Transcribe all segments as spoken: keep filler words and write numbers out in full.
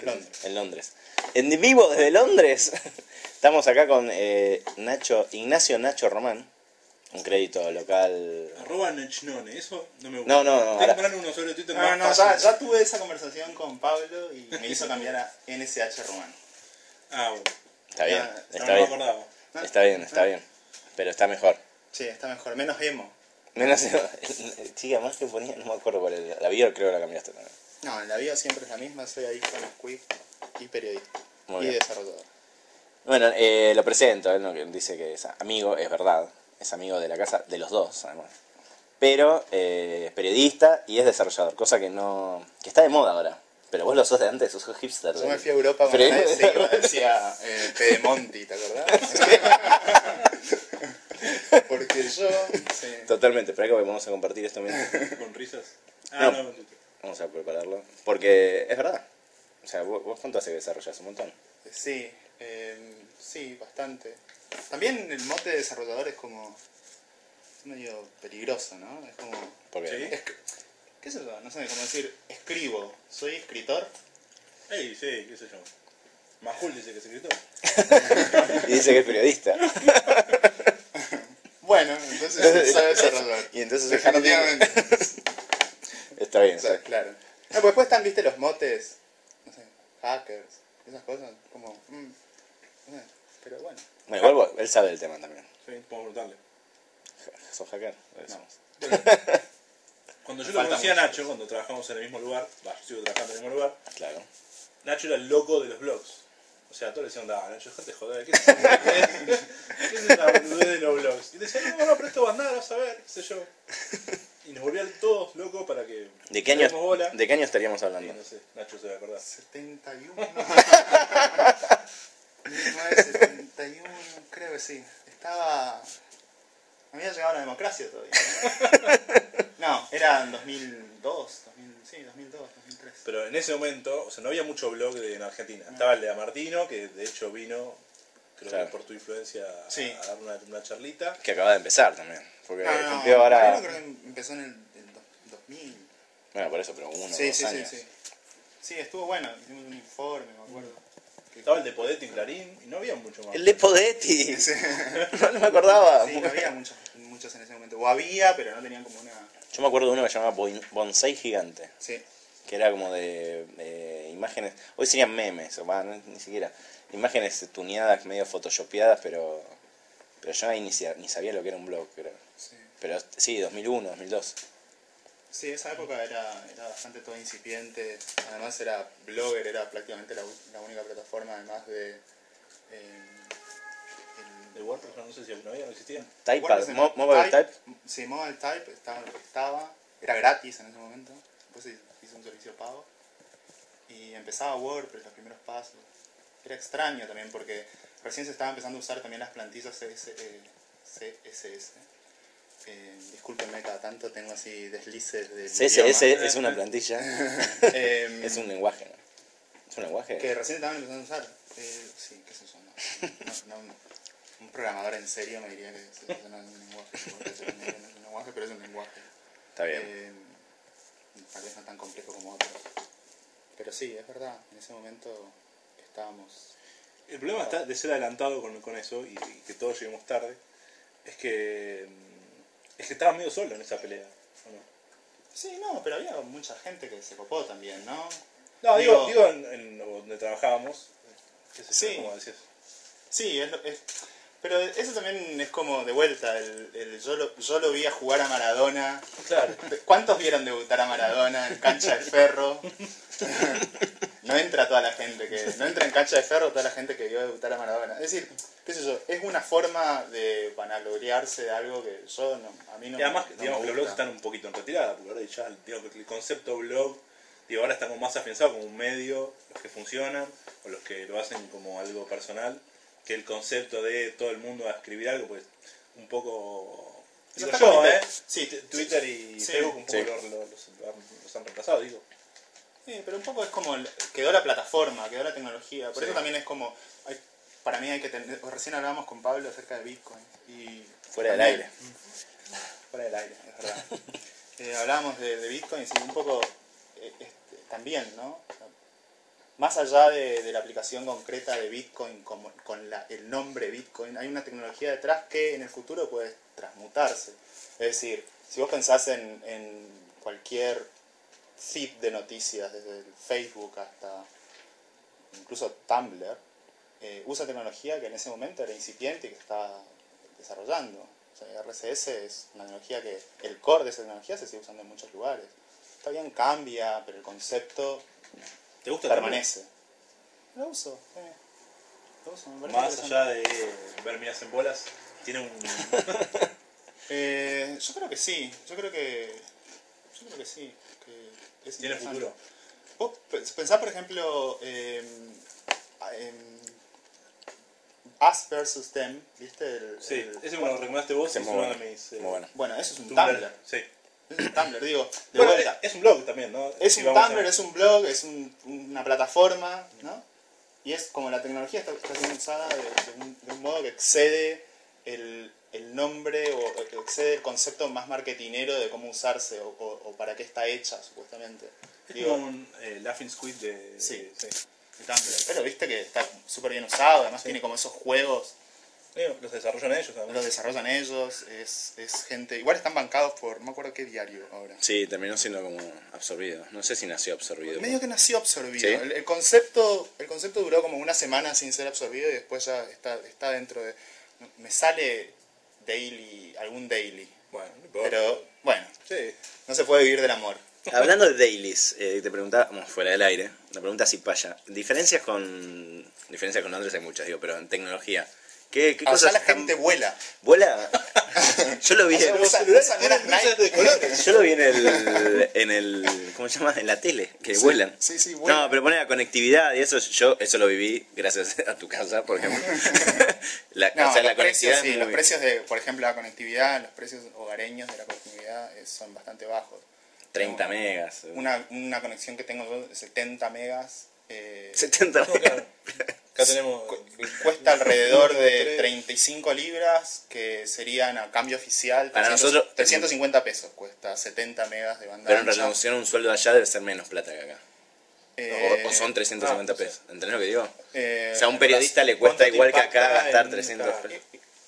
Londres. En Londres. En vivo desde Londres. Estamos acá con eh, Nacho, Ignacio Nacho Román. Un crédito local. Arroba Nechnone, eso no me gusta. No, no, no. Tengo que Ahora... poner uno sobre Twitter No, más no, fácil. ya, ya tuve esa conversación con Pablo y me hizo cambiar a N S H Román. Ah, bueno. Está bien, Ya, está no me bien. acordaba. Está bien, está bien. Pero está mejor. Sí, está mejor, menos emo. Menos. Chica, más que ponía, no me acuerdo cuál era. La bio creo que la cambiaste también. No, en la vida siempre es la misma, soy ahí con Squid y periodista. Muy y bien. desarrollador. Bueno, eh, lo presento, él no, que dice que es amigo, es verdad, es amigo de la casa, de los dos, además. Pero eh, es periodista y es desarrollador, cosa que no que está de moda ahora. Pero vos lo sos de antes, sos hipster. Yo me fui a Europa con Pero- nadie se iba, decía eh, Pedemonti, ¿te acordás? Porque yo... Sí. Totalmente, espera que vamos a compartir esto mientras. Con risas. Ah, No. no, no, Twitter. Vamos a prepararlo. Porque es verdad. O sea, vos, vos cuánto hace que desarrollás un montón. Sí, eh, sí, bastante. También el mote de desarrollador es como... es medio peligroso, ¿no? Es como... Porque Sí. es que- ¿Qué sé yo? No sé, como decir, escribo, soy escritor. Ey, sí, qué sé yo. Majul dice que es escritor. y dice que es periodista. Bueno, entonces soy desarrollador. Y entonces Definitivamente. Está bien, O sea, está- claro. No, pues después están, viste, los motes, no sé, hackers, esas cosas, como... mm, no sé, pero bueno. Bueno, igual vos- él sabe del tema también. Sí, podemos preguntarle. ¿Sos hacker? No. Cuando yo Me lo falta conocí a mucho. Nacho, cuando trabajamos en el mismo lugar, va, yo sigo trabajando en el mismo lugar, Claro. Nacho era el loco de los blogs. O sea, todos le decían, da, Nacho, déjate joder, ¿qué es eso? ¿Qué es esa boludez de los blogs? Y le decían, no, no, pero esto va a andar, vas a ver, qué sé yo. Y nos volvían todos locos para que... ¿De qué le año, demos bola. ¿De qué año estaríamos Sí, hablando? no sé, Nacho se va a acordar. setenta y uno. mil novecientos setenta y uno, creo que sí. Estaba... No había llegado la democracia todavía. No, no era en dos mil dos, dos mil, sí, dos mil dos, dos mil tres. Pero en ese momento, o sea, no había mucho blog de, en Argentina. Estaba el de Martino, que de hecho vino, creo Claro. que por tu influencia, a- Sí. a dar una, una charlita. Que acaba de empezar también. Porque No, no, cumplió no, ahora. Mariano creo que empezó en el, el dos- dos mil. Bueno, por eso, pero uno Sí, dos sí, sí, años. sí. Sí, estuvo bueno, hicimos un informe, me acuerdo. Estaba el de Podetti y Clarín, y no había mucho más. El de Podetti. Sí, No, no me acordaba. sí, no había muchos, muchos en ese momento. O había, pero no tenían como una... Yo me acuerdo de uno que se llamaba Bon- Bonsai Gigante. Sí. Que era como de, de imágenes. Hoy serían memes, o va, no, ni siquiera. Imágenes tuneadas, medio photoshopeadas, pero. Pero yo ahí ni, si- ni sabía lo que era un blog, creo. Sí. Pero sí, dos mil uno, dos mil dos. Sí, esa época era, era bastante todo incipiente. Además era Blogger, era prácticamente la, u- la única plataforma, además de... eh, el- De WordPress, no sé si no había, no existía. Typepad, WordPress en- Mo- Mobile Type. Sí, Mobile Type estaba, estaba, era gratis en ese momento. Después se hizo un servicio pago. Y empezaba WordPress, los primeros pasos. Era extraño también porque recién se estaba empezando a usar también las plantillas C S, eh, C S S. Eh, discúlpenme, cada tanto tengo así deslices de C S S es una plantilla. Eh, Es un lenguaje, ¿no? Es un lenguaje. que recién estaban empezando a usar. Eh, sí, qué sé yo, no, no, no, un programador en serio me diría que eso no es un lenguaje, porque eso no es un lenguaje, pero es un lenguaje. Está bien. Eh, tal vez no tan complejo como otros. Pero sí, es verdad, en ese momento estábamos... El problema está de ser adelantado con, con eso y, y que todos lleguemos tarde. Es que. mm, Es que estaba medio solo en esa pelea. ¿O no? Sí, no, pero había mucha gente que se copó también, ¿no? No, digo, Digo- digo en, en donde trabajábamos. ¿Qué sé yo? Sí. ¿Cómo decías? Sí, es, lo- es, pero eso también es como de vuelta, el, el yo, lo, yo lo vi a jugar a Maradona. Claro. ¿Cuántos vieron debutar a Maradona en cancha de ferro? No entra toda la gente que... No entra en cancha de ferro toda la gente que vio debutar a Maradona. Es decir, qué sé yo, es una forma de vanagloriarse de algo que yo no... A mí no Y además, no me digamos que los blogs gusta. están un poquito en retirada, porque ahora ya digo, que el concepto blog, digo, ahora está como más afianzado como un medio, los que funcionan, o los que lo hacen como algo personal, que el concepto de todo el mundo a escribir algo, pues un poco... Eso Digo está yo, como ¿eh? sí, T- Twitter y sí, Facebook un poco sí. lo- lo- los, los han reemplazado, digo. Sí, pero un poco es como... el- quedó la plataforma, quedó la tecnología. Por Sí. eso también es como... hay- para mí hay que tener... Recién hablábamos con Pablo acerca de Bitcoin. Y Fuera del también- aire. Fuera del aire, es verdad. Eh, hablábamos de, de Bitcoin y un poco... eh, este, también, ¿no? O sea, más allá de, de la aplicación concreta de Bitcoin como, con la, el nombre Bitcoin, hay una tecnología detrás que en el futuro puede transmutarse. Es decir, si vos pensás en, en cualquier feed de noticias, desde el Facebook hasta incluso Tumblr, eh, usa tecnología que en ese momento era incipiente y que estaba desarrollando. O sea, R C S es una tecnología que el core de esa tecnología se sigue usando en muchos lugares. Está bien, cambia, pero el concepto ¿Te gusta permanece. Lo uso, sí. Lo uso, me parece Más interesante. allá de ver miras en bolas, tiene un... Eh, yo creo que sí, yo creo que. Yo creo que sí. Que es tiene interesante. futuro. Vos pensá, por ejemplo, eh, en Us versus Them, ¿viste? El, Sí, el- ese me lo recomendaste vos, Ese es es muy uno bueno, de mis... eh, muy bueno. Bueno, eso es un Tumblr. Tumblr. Sí. Es un Tumblr, digo, de Bueno, vuelta. es un blog también, ¿no? Es Sí, un vamos a- Tumblr, es un blog, es un- una plataforma, ¿no? Y es como la tecnología está, está siendo usada de, de un, de un modo que excede el, el nombre o o que excede el concepto más marketinero de cómo usarse o, o- o para qué está hecha, supuestamente. Es Digo, como un eh, Laughing Squid de... Sí. sí. el Tumblr. Pero viste que está súper bien usado, además Sí. tiene como esos juegos, Digo, los desarrollan ellos también. los desarrollan ellos, es, es gente... Igual están bancados por, no me acuerdo qué diario ahora. Sí, terminó siendo como absorbido. No sé si nació absorbido. Medio que nació absorbido. ¿Sí? El, el concepto el concepto duró como una semana sin ser absorbido y después ya está, está dentro de... Me sale daily, algún daily. Bueno, no importa. Pero bueno, Sí. no se puede vivir del amor. Hablando de dailies, eh, te preguntaba, como fuera del aire, la pregunta si paya. Diferencias con. Diferencias con Londres hay muchas, digo, pero en tecnología. ¿Qué, qué Allá cosas la están- gente vuela. ¿Vuela? Yo lo vi. O sea, en- usa- celulares usan tienen unas luces Nike. de colores. Yo lo vi en el, en el, ¿cómo se llama? En la tele, que Sí, vuelan. sí, sí, vuelan. No, pero pone la conectividad y eso, yo eso lo viví gracias a tu casa, por ejemplo. la, No, o sea, los la precios, conectividad sí, es los muy- precios de, por ejemplo, la conectividad, los precios hogareños de la conectividad eh, son bastante bajos. treinta megas. Una, una conexión que tengo yo de setenta megas eh, setenta No, megas. claro. Acá tenemos... cu- cuesta alrededor de tres. treinta y cinco libras, que serían a cambio oficial Para trescientos nosotros- trescientos cincuenta pesos, cuesta setenta megas de banda Pero en ancha. relación a un sueldo allá debe ser menos plata que acá. Eh, O, o son trescientos cincuenta no, no sé. pesos. ¿Entendés lo que digo? eh, O sea, a un periodista le cuesta ¿Cuánto te igual que acá impacta gastar en- trescientos claro. pesos.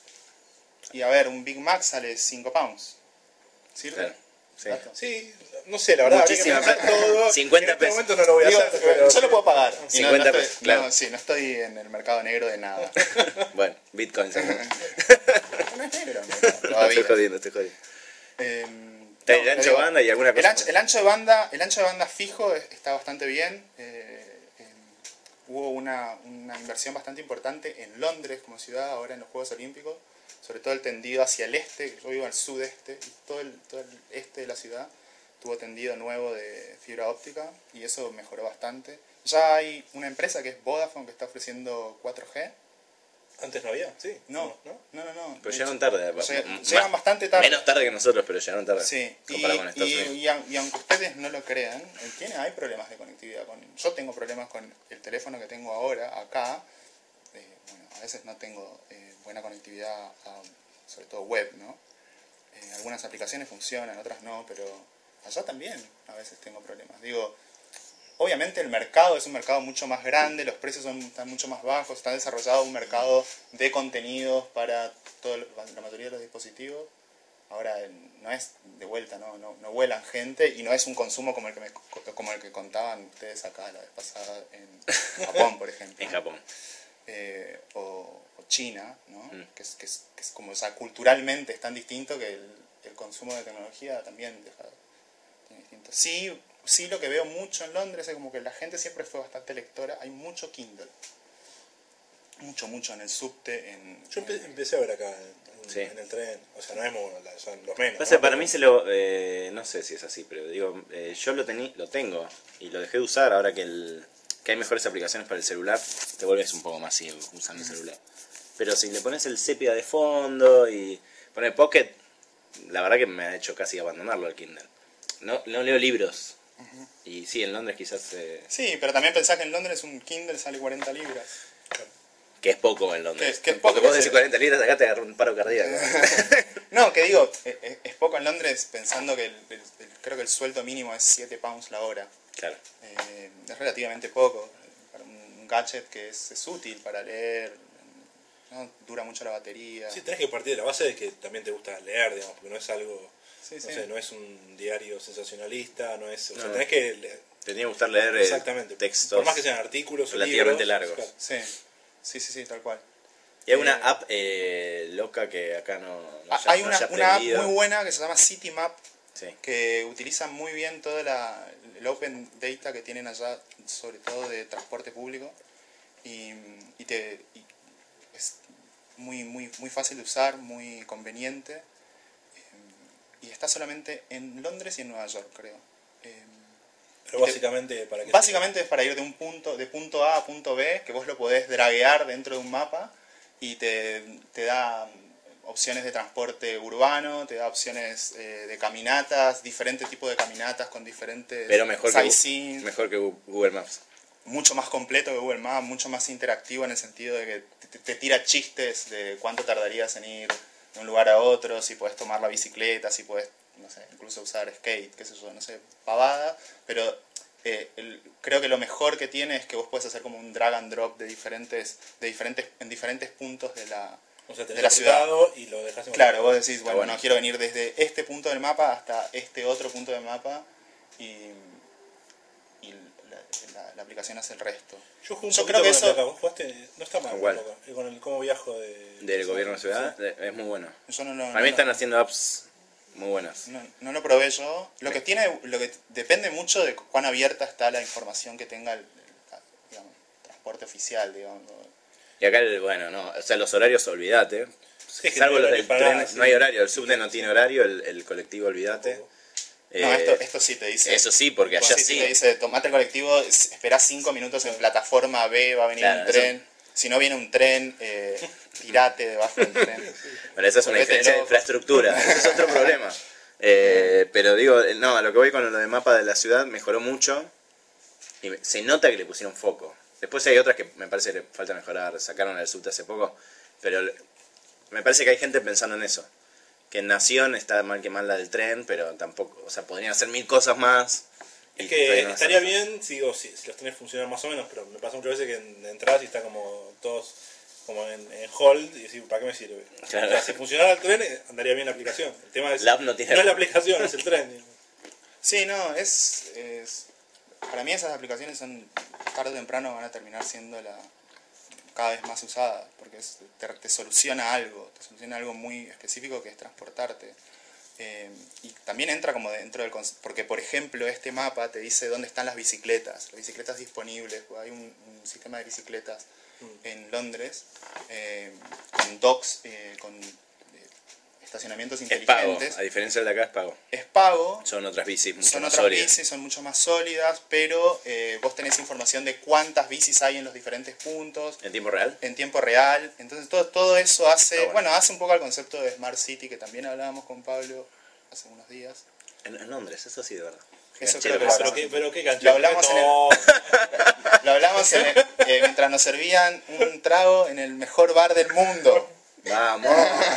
y a ver, un Big Mac sale cinco pounds. ¿Sirve? Claro. Sí. ¿Basta? Sí, no sé, la verdad, habría que Muchísima pensar plata. todo. cincuenta En este pesos. momento no lo voy a Digo, hacer, pero... yo lo puedo pagar. Y no- cincuenta no, estoy, pesos, claro. no, sí, no estoy en el mercado negro de nada. Bueno, Bitcoin. ¿sí? No es negro, no, Estoy todavía. jodiendo, estoy jodiendo. Eh, Está no, el ancho digo, de banda y alguna el cosa. ancho, el ancho de banda, el ancho de banda fijo es- está bastante bien. Eh, eh, hubo una, una inversión bastante importante en Londres como ciudad ahora en los Juegos Olímpicos, sobre todo el tendido hacia el este, yo vivo al sudeste, y todo el, todo el este de la ciudad tuvo tendido nuevo de fibra óptica y eso mejoró bastante. Ya hay una empresa que es Vodafone que está ofreciendo cuatro G. Antes no había, sí. No, ¿no? no, no, no. Pero De llegaron hecho, tarde. lleg- Más- llegan bastante tarde. Menos tarde que nosotros, pero llegaron tarde. Sí, y, Comparado con Estados y- Unidos. y aun- y aunque ustedes no lo crean, eh, tiene, hay problemas de conectividad. Con, yo tengo problemas con el teléfono que tengo ahora, acá. Eh, bueno, a veces no tengo eh, buena conectividad, a- sobre todo web, ¿no? Eh, algunas aplicaciones funcionan, otras no, pero allá también a veces tengo problemas. Digo, obviamente el mercado es un mercado mucho más grande, los precios son, están mucho más bajos, está desarrollado un mercado de contenidos para todo, el- la mayoría de los dispositivos. Ahora eh, no es de vuelta, no, no, no vuelan gente y no es un consumo como el que me, como el que contaban ustedes acá la vez pasada en Japón, por ejemplo. En Japón. Eh, o, o China, ¿no? Mm. Que, es, que, es, que es como, o sea, culturalmente es tan distinto que el, el consumo de tecnología también deja tan distinto. Sí, sí, lo que veo mucho en Londres es como que la gente siempre fue bastante lectora, hay mucho Kindle. Mucho, mucho en el subte, en... Yo empe- en- empecé a ver acá en, Sí. en el tren. O sea, no es muy bueno, la- son los menos. Pasa, ¿no? para Pero- mí se lo... eh, no sé si es así, pero digo, eh, yo lo, tení, lo tengo y lo dejé de usar ahora que, el, que hay mejores aplicaciones para el celular, te vuelves un poco más ciego usando el celular. Pero si le pones el sepia de fondo y pones Pocket, la verdad que me ha hecho casi abandonarlo al Kindle. No, no leo libros. Y sí, en Londres quizás... eh, Sí, pero también pensás que en Londres un Kindle sale cuarenta libras. que es poco en Londres. Que es- que es Porque poco, vos que decís se- cuarenta libras, acá te agarra un paro cardíaco. No, que digo, eh, eh, es poco en Londres pensando que el, el- el- creo que el sueldo mínimo es siete pounds la hora. Claro. Eh, es relativamente poco. gadget que es, es útil para leer, ¿no? Dura mucho la batería. Sí, tenés que partir de la base de que también te gusta leer, digamos, porque no es algo, Sí, no sí. sé, no es un diario sensacionalista, no es, o sea, No. tenés que leer, Te tiene que gustar leer eh, exactamente, textos por más que sean artículos o relativamente libros, largos. claro. Sí, sí, sí, sí, tal cual. Y hay una Eh, app eh, loca que acá no, no Ah, haya- Hay no una, haya una app aprendido. muy buena que se llama CityMap, Sí. que utiliza muy bien todo la, el open data que tienen allá, sobre todo de transporte público, y, y te, y es muy, muy, muy fácil de usar, muy conveniente, eh, y está solamente en Londres y en Nueva York, creo. Eh, Pero y te- básicamente para que Básicamente es para ir de un punto, de punto A a punto B, que vos lo podés draguear dentro de un mapa y te, te da opciones de transporte urbano, te da opciones eh, de caminatas, diferentes tipos de caminatas con diferentes Pero mejor que, sightseeing, mejor que Google Maps. mucho más completo que Google Maps, mucho más interactivo en el sentido de que te, te tira chistes de cuánto tardarías en ir de un lugar a otro, si podés tomar la bicicleta, si podés, no sé, incluso usar skate, qué sé yo, no sé, pavada, pero eh, el- creo que lo mejor que tiene es que vos podés hacer como un drag and drop de diferentes, de diferentes, en diferentes puntos de la, o sea, de tenés la ciudad. apretado y lo dejás en Claro, vos decís, bueno, bueno. no quiero venir desde este punto del mapa hasta este otro punto del mapa y, y la, la- la aplicación hace el resto. Yo jugué un Yo poquito creo que con eso- el de acá, vos jugaste, no está mal ¿Con cuál? tampoco, eh, con el cómo viajo de... Del gobierno de ciudad, Sí. eh, es muy bueno. Yo no, lo- Para no mí lo- están haciendo apps muy buenas. no, no lo probé yo. Lo que tiene, lo que depende mucho de cuán abierta está la información que tenga el, el, digamos, transporte oficial, digamos. Y acá, el- bueno, no, o sea, los horarios, olvídate. Sí, es que Salvo no hay los horario del para tren, nada, sí. no hay horario, el subte no tiene horario, el, el colectivo, olvídate. Tampoco. No, Eh, esto, esto sí te dice. Eso sí, porque allá Sí, sí. sí te dice, tomate el colectivo, es- esperá cinco minutos en plataforma B, va a venir Claro, un eso- tren. Si no viene un tren, eh, tirate debajo del tren. Bueno, esa es una Volvete diferencia de loco. infraestructura, ese es otro problema. Eh, pero digo, eh, no, a lo que voy con lo de mapa de la ciudad mejoró mucho y me- se nota que le pusieron foco. Después hay otras que me parece que le falta mejorar, sacaron el subte hace poco, pero le- me parece que hay gente pensando en eso. Que en Nación está mal que mal la del tren, pero tampoco, o sea, podrían hacer mil cosas más. y Es todavía que no estaría hacen. bien si, digo, si, si los tenés funcionar más o menos, pero me pasa muchas veces que en- entras y está como todos como en, en hold y decís, ¿para qué me sirve? Claro. O sea, si funcionara el tren, eh, andaría bien la aplicación. El tema es, La app no tiene- es la aplicación, es el tren. Sí, no, es, es- para mí esas aplicaciones son tarde o temprano van a terminar siendo la cada vez más usadas, porque es- te, te soluciona algo, te soluciona algo muy específico que es transportarte. Eh, y también entra como dentro del concepto, porque por ejemplo este mapa te dice dónde están las bicicletas, las bicicletas disponibles, pues hay un, un sistema de bicicletas en Londres, eh, con docks, eh, con eh, estacionamientos Es pago, inteligentes. a diferencia de acá es pago. Es pago, Son otras bicis mucho son más otras sólidas. bicis, son mucho más sólidas, pero eh, vos tenés información de cuántas bicis hay en los diferentes puntos, ¿En tiempo real? en tiempo real. Entonces todo, todo eso hace, Ah, bueno. bueno. hace un poco al concepto de Smart City, que también hablábamos con Pablo hace unos días. En, en Londres, eso sí, de verdad. Eso Ganchero creo que que Pero, sí. qué, pero qué cancha. Lo hablamos en el- No, Lo hablamos en el- eh, mientras nos servían un trago en el mejor bar del mundo. ¡Vamos!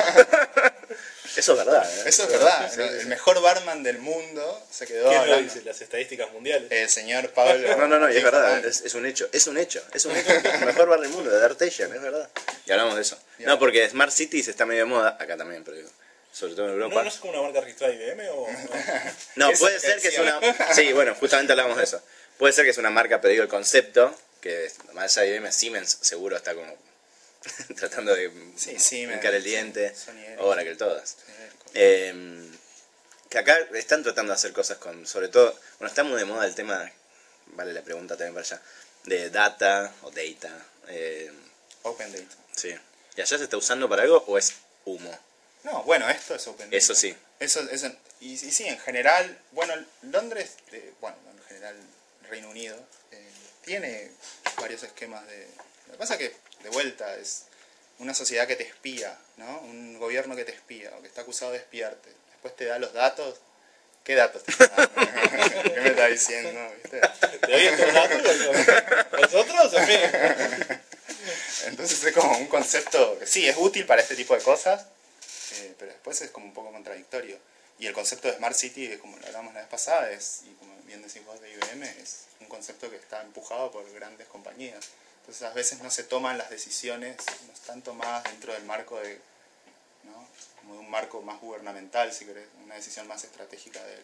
Eso es verdad, ¿eh? Eso es verdad, Sí, el, sí, el sí. mejor barman del mundo se quedó ¿quién lo hablando. dice? Las estadísticas mundiales. El señor Pablo. No, no, no, y es verdad, Fernando. es, es un hecho, es un hecho, es un hecho, es el mejor bar del mundo, de Dartesian, es verdad. Y hablamos de eso. Ya. No, porque Smart Cities está medio de moda, acá también, pero digo, sobre todo en ¿No, Europa. ¿No es como una marca registrada de I B M o...? No, Eso puede es ser que es atención. una... Sí, bueno, justamente hablábamos de eso. Puede ser que es una marca, pero digo, el concepto, que más allá de I B M, Siemens seguro está como tratando de Sí, Siemens, hincar el diente, Sony Ericsson. o Oracle todas. Eh, Eh, que acá están tratando de hacer cosas con, sobre todo, bueno, está muy de moda el tema, vale la pregunta también para allá, de data o data. Eh, Open Data. sí. ¿Y allá se está usando para algo o es humo? No, bueno, esto es Open Data. Eso sí. Eso, eso, y, y sí, en general, bueno, Londres, eh, bueno, en general Reino Unido, eh, tiene varios esquemas de... Lo que pasa es que, de vuelta, es una sociedad que te espía, ¿no? Un gobierno que te espía, o que está acusado de espiarte. Después te da los datos. ¿Qué datos te está dando? ¿Qué me está diciendo? ¿Viste? ¿Te doy estos datos? ¿Nosotros o qué? Entonces es como un concepto que sí, es útil para este tipo de cosas, eh, pero después es como un poco contradictorio. Y el concepto de Smart City, como lo hablamos la vez pasada, es, y como bien decís vos de I B M, es un concepto que está empujado por grandes compañías. Entonces a veces no se toman las decisiones, no están tomadas dentro del marco de, ¿no? Como de un marco más gubernamental, si querés, una decisión más estratégica del,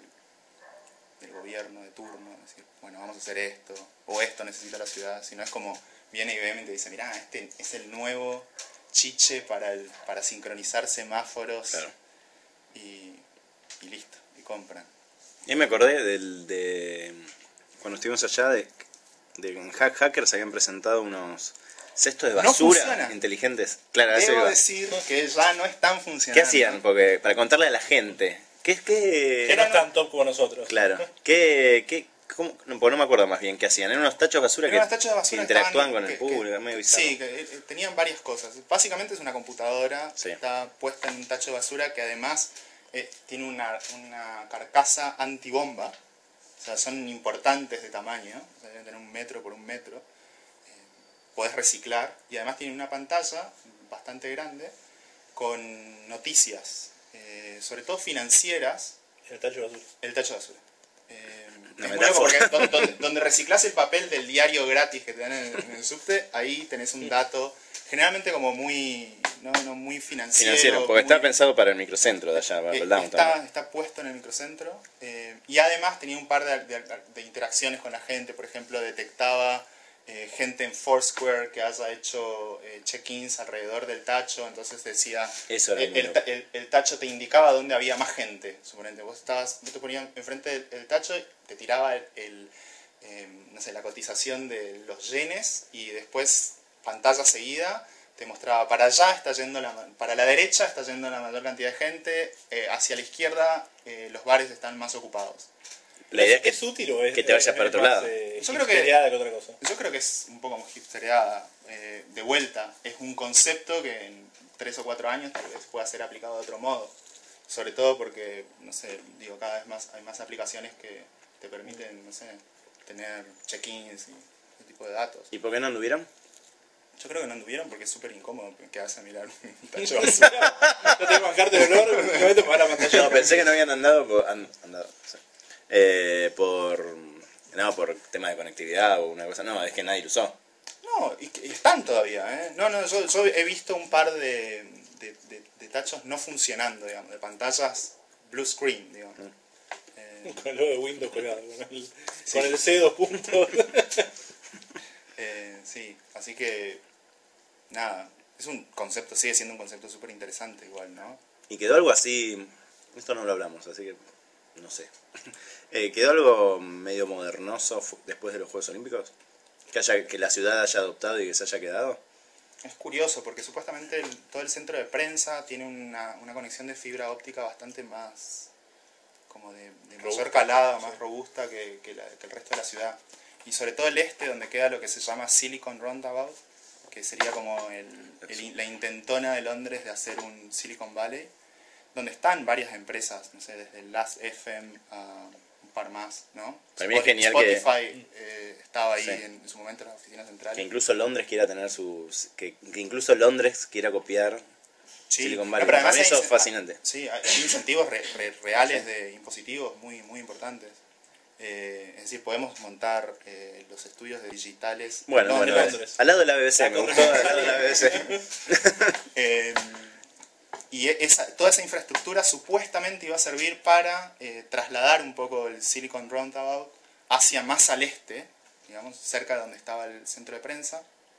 del gobierno de turno, es decir, bueno, vamos a hacer esto, o esto necesita la ciudad, sino es como viene I B M y te dice, mirá, este es el nuevo chiche para, el, para sincronizar semáforos, Claro. y, y listo, y compran. Y me acordé del, de cuando estuvimos allá, de, de en Hack Hackers habían presentado unos cestos de No basura funciona. inteligentes. Claro, a eso Debo iba. decir que ya no están funcionando. ¿Qué hacían? Porque para contarle a la gente. ¿Qué es que Que no están top como nosotros. Claro. ¿Qué, qué, cómo? No, pues no me acuerdo más bien qué hacían. Eran unos tachos de basura Eran que, unos tachos de basura que interactúan estaban- con el que- público, que- es medio bizarro. Sí, que eh, tenían varias cosas. Básicamente es una computadora Sí. que está puesta en un tacho de basura que además eh, tiene una, una carcasa antibomba. O sea, son importantes de tamaño. O sea, deben tener un metro por un metro. Eh, podés reciclar. Y además tiene una pantalla bastante grande con noticias, eh, sobre todo financieras, En el tacho de basura. el tacho de basura. Eh, Una es muy metáfora. loco porque donde, donde, donde reciclás el papel del diario gratis que te dan en, en el subte, ahí tenés un dato generalmente como muy, no, no, muy financiero. Financiero, porque muy- está pensado para el microcentro de allá, para eh, el downtown. está, está puesto en el microcentro, eh, y además tenía un par de, de- de interacciones con la gente. Por ejemplo, detectaba eh, gente en Foursquare que haya hecho eh, check-ins alrededor del tacho, entonces decía, Eso era el, muy el, loco. ta- el- el tacho te indicaba dónde había más gente. Suponete, vos, estabas, vos te ponías enfrente del, del tacho y te tiraba el, el, eh, no sé, la cotización de los yenes, y después, pantalla seguida, te mostraba para allá está yendo la, para la derecha está yendo la mayor cantidad de gente, eh, hacia la izquierda eh, los bares están más ocupados. La idea es que, ¿Es útil o es que te vayas es para otro más, lado. eh, Yo creo que- hipstereada que otra cosa? Yo creo que es un poco hipstereada. Eh, de vuelta, es un concepto que en tres o cuatro años tal vez pueda ser aplicado de otro modo. Sobre todo porque, no sé, digo, cada vez más hay más aplicaciones que te permiten, no sé, tener check-ins y ese tipo de datos. ¿Y por qué no anduvieron? Yo creo que no anduvieron porque es súper incómodo quedarse a mirar un tacho de basura. No tengo que bancarte el olor, me meto para la pantalla. No, pensé que no habían andado por, an- andado, sí. Eh, por no, por tema de conectividad o una cosa. No, es que nadie lo usó. No, y, que- y están todavía, ¿eh? No, no, yo, yo he visto un par de, de, de- de tachos no funcionando, digamos, de pantallas blue screen, digamos. Eh, Con el logo de Windows colgado, con el, con el C dos puntos. eh, sí, así que, nada, es un concepto, sigue siendo un concepto súper interesante igual, ¿no? Y quedó algo así. Esto no lo hablamos, así que no sé. Eh, quedó algo medio modernoso fu- después de los Juegos Olímpicos. Que haya que la ciudad haya adoptado y que se haya quedado. Es curioso porque supuestamente el- todo el centro de prensa tiene una, una conexión de fibra óptica bastante más, como de, de mayor Robusta, calada, sí. más robusta que, que, la- que el resto de la ciudad. Y sobre todo el este, donde queda lo que se llama Silicon Roundabout, que sería como el, el- la intentona de Londres de hacer un Silicon Valley, donde están varias empresas, no sé, desde Last F M a un par más, ¿no? Para mí es Spot- genial que- Spotify eh, estaba ahí Sí. en, en su momento en la oficina central. Que incluso Londres quiera tener sus. Que, que incluso Londres quiera copiar Sí, Silicon no, Valley. pero Para mí además eso hay es incen- fascinante. Sí, hay hay incentivos re- re- reales de impositivos muy, muy importantes. Eh, es decir, podemos montar eh, los estudios de digitales. Bueno, No, bueno, no, Londres. al lado de la B B C, La me gustó al lado de la B B C. eh, y esa, toda esa infraestructura supuestamente iba a servir para eh, trasladar un poco el Silicon Roundabout hacia más al este, digamos, cerca de donde estaba el centro de prensa.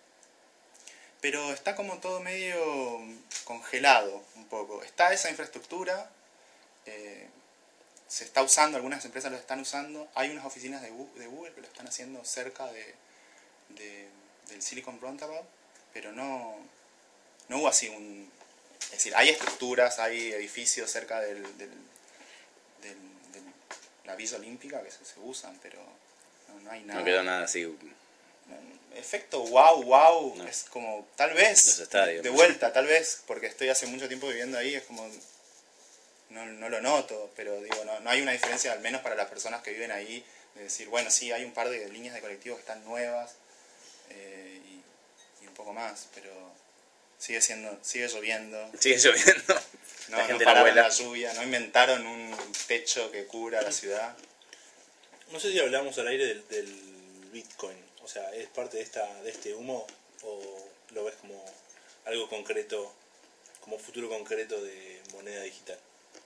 Pero está como todo medio congelado un poco. Está esa infraestructura, eh, se está usando, algunas empresas lo están usando. Hay unas oficinas de Gu- de Google que lo están haciendo cerca de, de- del Silicon Roundabout, pero no, no hubo así un... Es decir, hay estructuras, hay edificios cerca del, del, del- del- la Villa Olímpica que se, se usan, pero no, no hay nada. No quedó nada así. Efecto wow, wow, No. es como, tal vez, Los estadios. de vuelta, tal vez, porque estoy hace mucho tiempo viviendo ahí, es como, no, no lo noto, pero digo, no, no hay una diferencia, al menos para las personas que viven ahí, de decir, bueno, sí, hay un par de líneas de colectivos que están nuevas, eh, y, y un poco más, pero sigue siendo, sigue lloviendo, Sigue lloviendo. no, la no gente no pararon vuela. la lluvia, no inventaron un techo que cubra la ciudad. No sé si hablamos al aire del, del Bitcoin. O sea, es parte de esta de este humo. ¿O lo ves como algo concreto, como futuro concreto de moneda digital?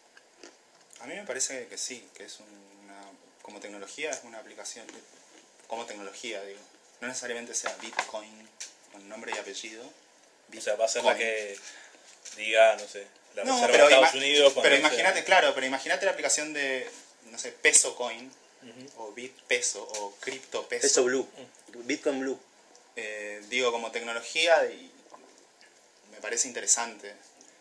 A mí me parece que sí, que es una, como tecnología es una aplicación, como tecnología digo, no necesariamente sea Bitcoin con nombre y apellido. O sea, va a ser la que diga, no sé, la No, Reserva pero de Estados ima- Unidos. cuando Pero sea- imagínate, claro, pero imagínate la aplicación de, no sé, Peso Coin, Ujú. o Bit Peso, o Cripto Peso. Peso Blue. Bitcoin Blue. Eh, digo, como tecnología, y me parece interesante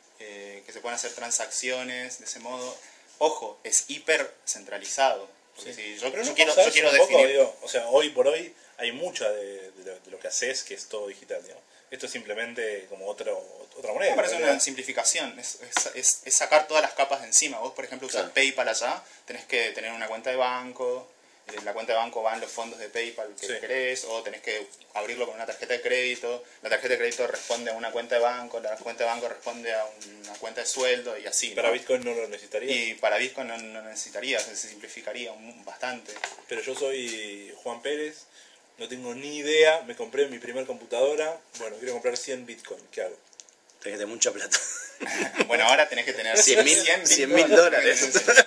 eh, que se puedan hacer transacciones de ese modo. Ojo, es hiper centralizado. Porque Sí. si yo, Pero yo no quiero, pasa yo eso quiero un poco, definir... digo, o sea, hoy por hoy hay mucha de, de, lo, de lo que haces que es todo digital, digamos. Esto es simplemente como otro, otra moneda. Me parece ¿verdad? una simplificación, es, es, es- es sacar todas las capas de encima. Vos, por ejemplo, usás Claro. PayPal allá, tenés que tener una cuenta de banco, en la cuenta de banco van los fondos de PayPal que Sí. querés, o tenés que abrirlo con una tarjeta de crédito, la tarjeta de crédito responde a una cuenta de banco, la cuenta de banco responde a una cuenta de sueldo y así, Para ¿no? Bitcoin no lo necesitaría. Y para Bitcoin no, no necesitaría, se simplificaría un- bastante. Pero yo soy Juan Pérez, no tengo ni idea, me compré mi primer computadora, bueno, quiero comprar cien Bitcoin, ¿qué hago? Tenés que tener mucha plata. Bueno, ahora tenés que tener cien mil cien mil dólares.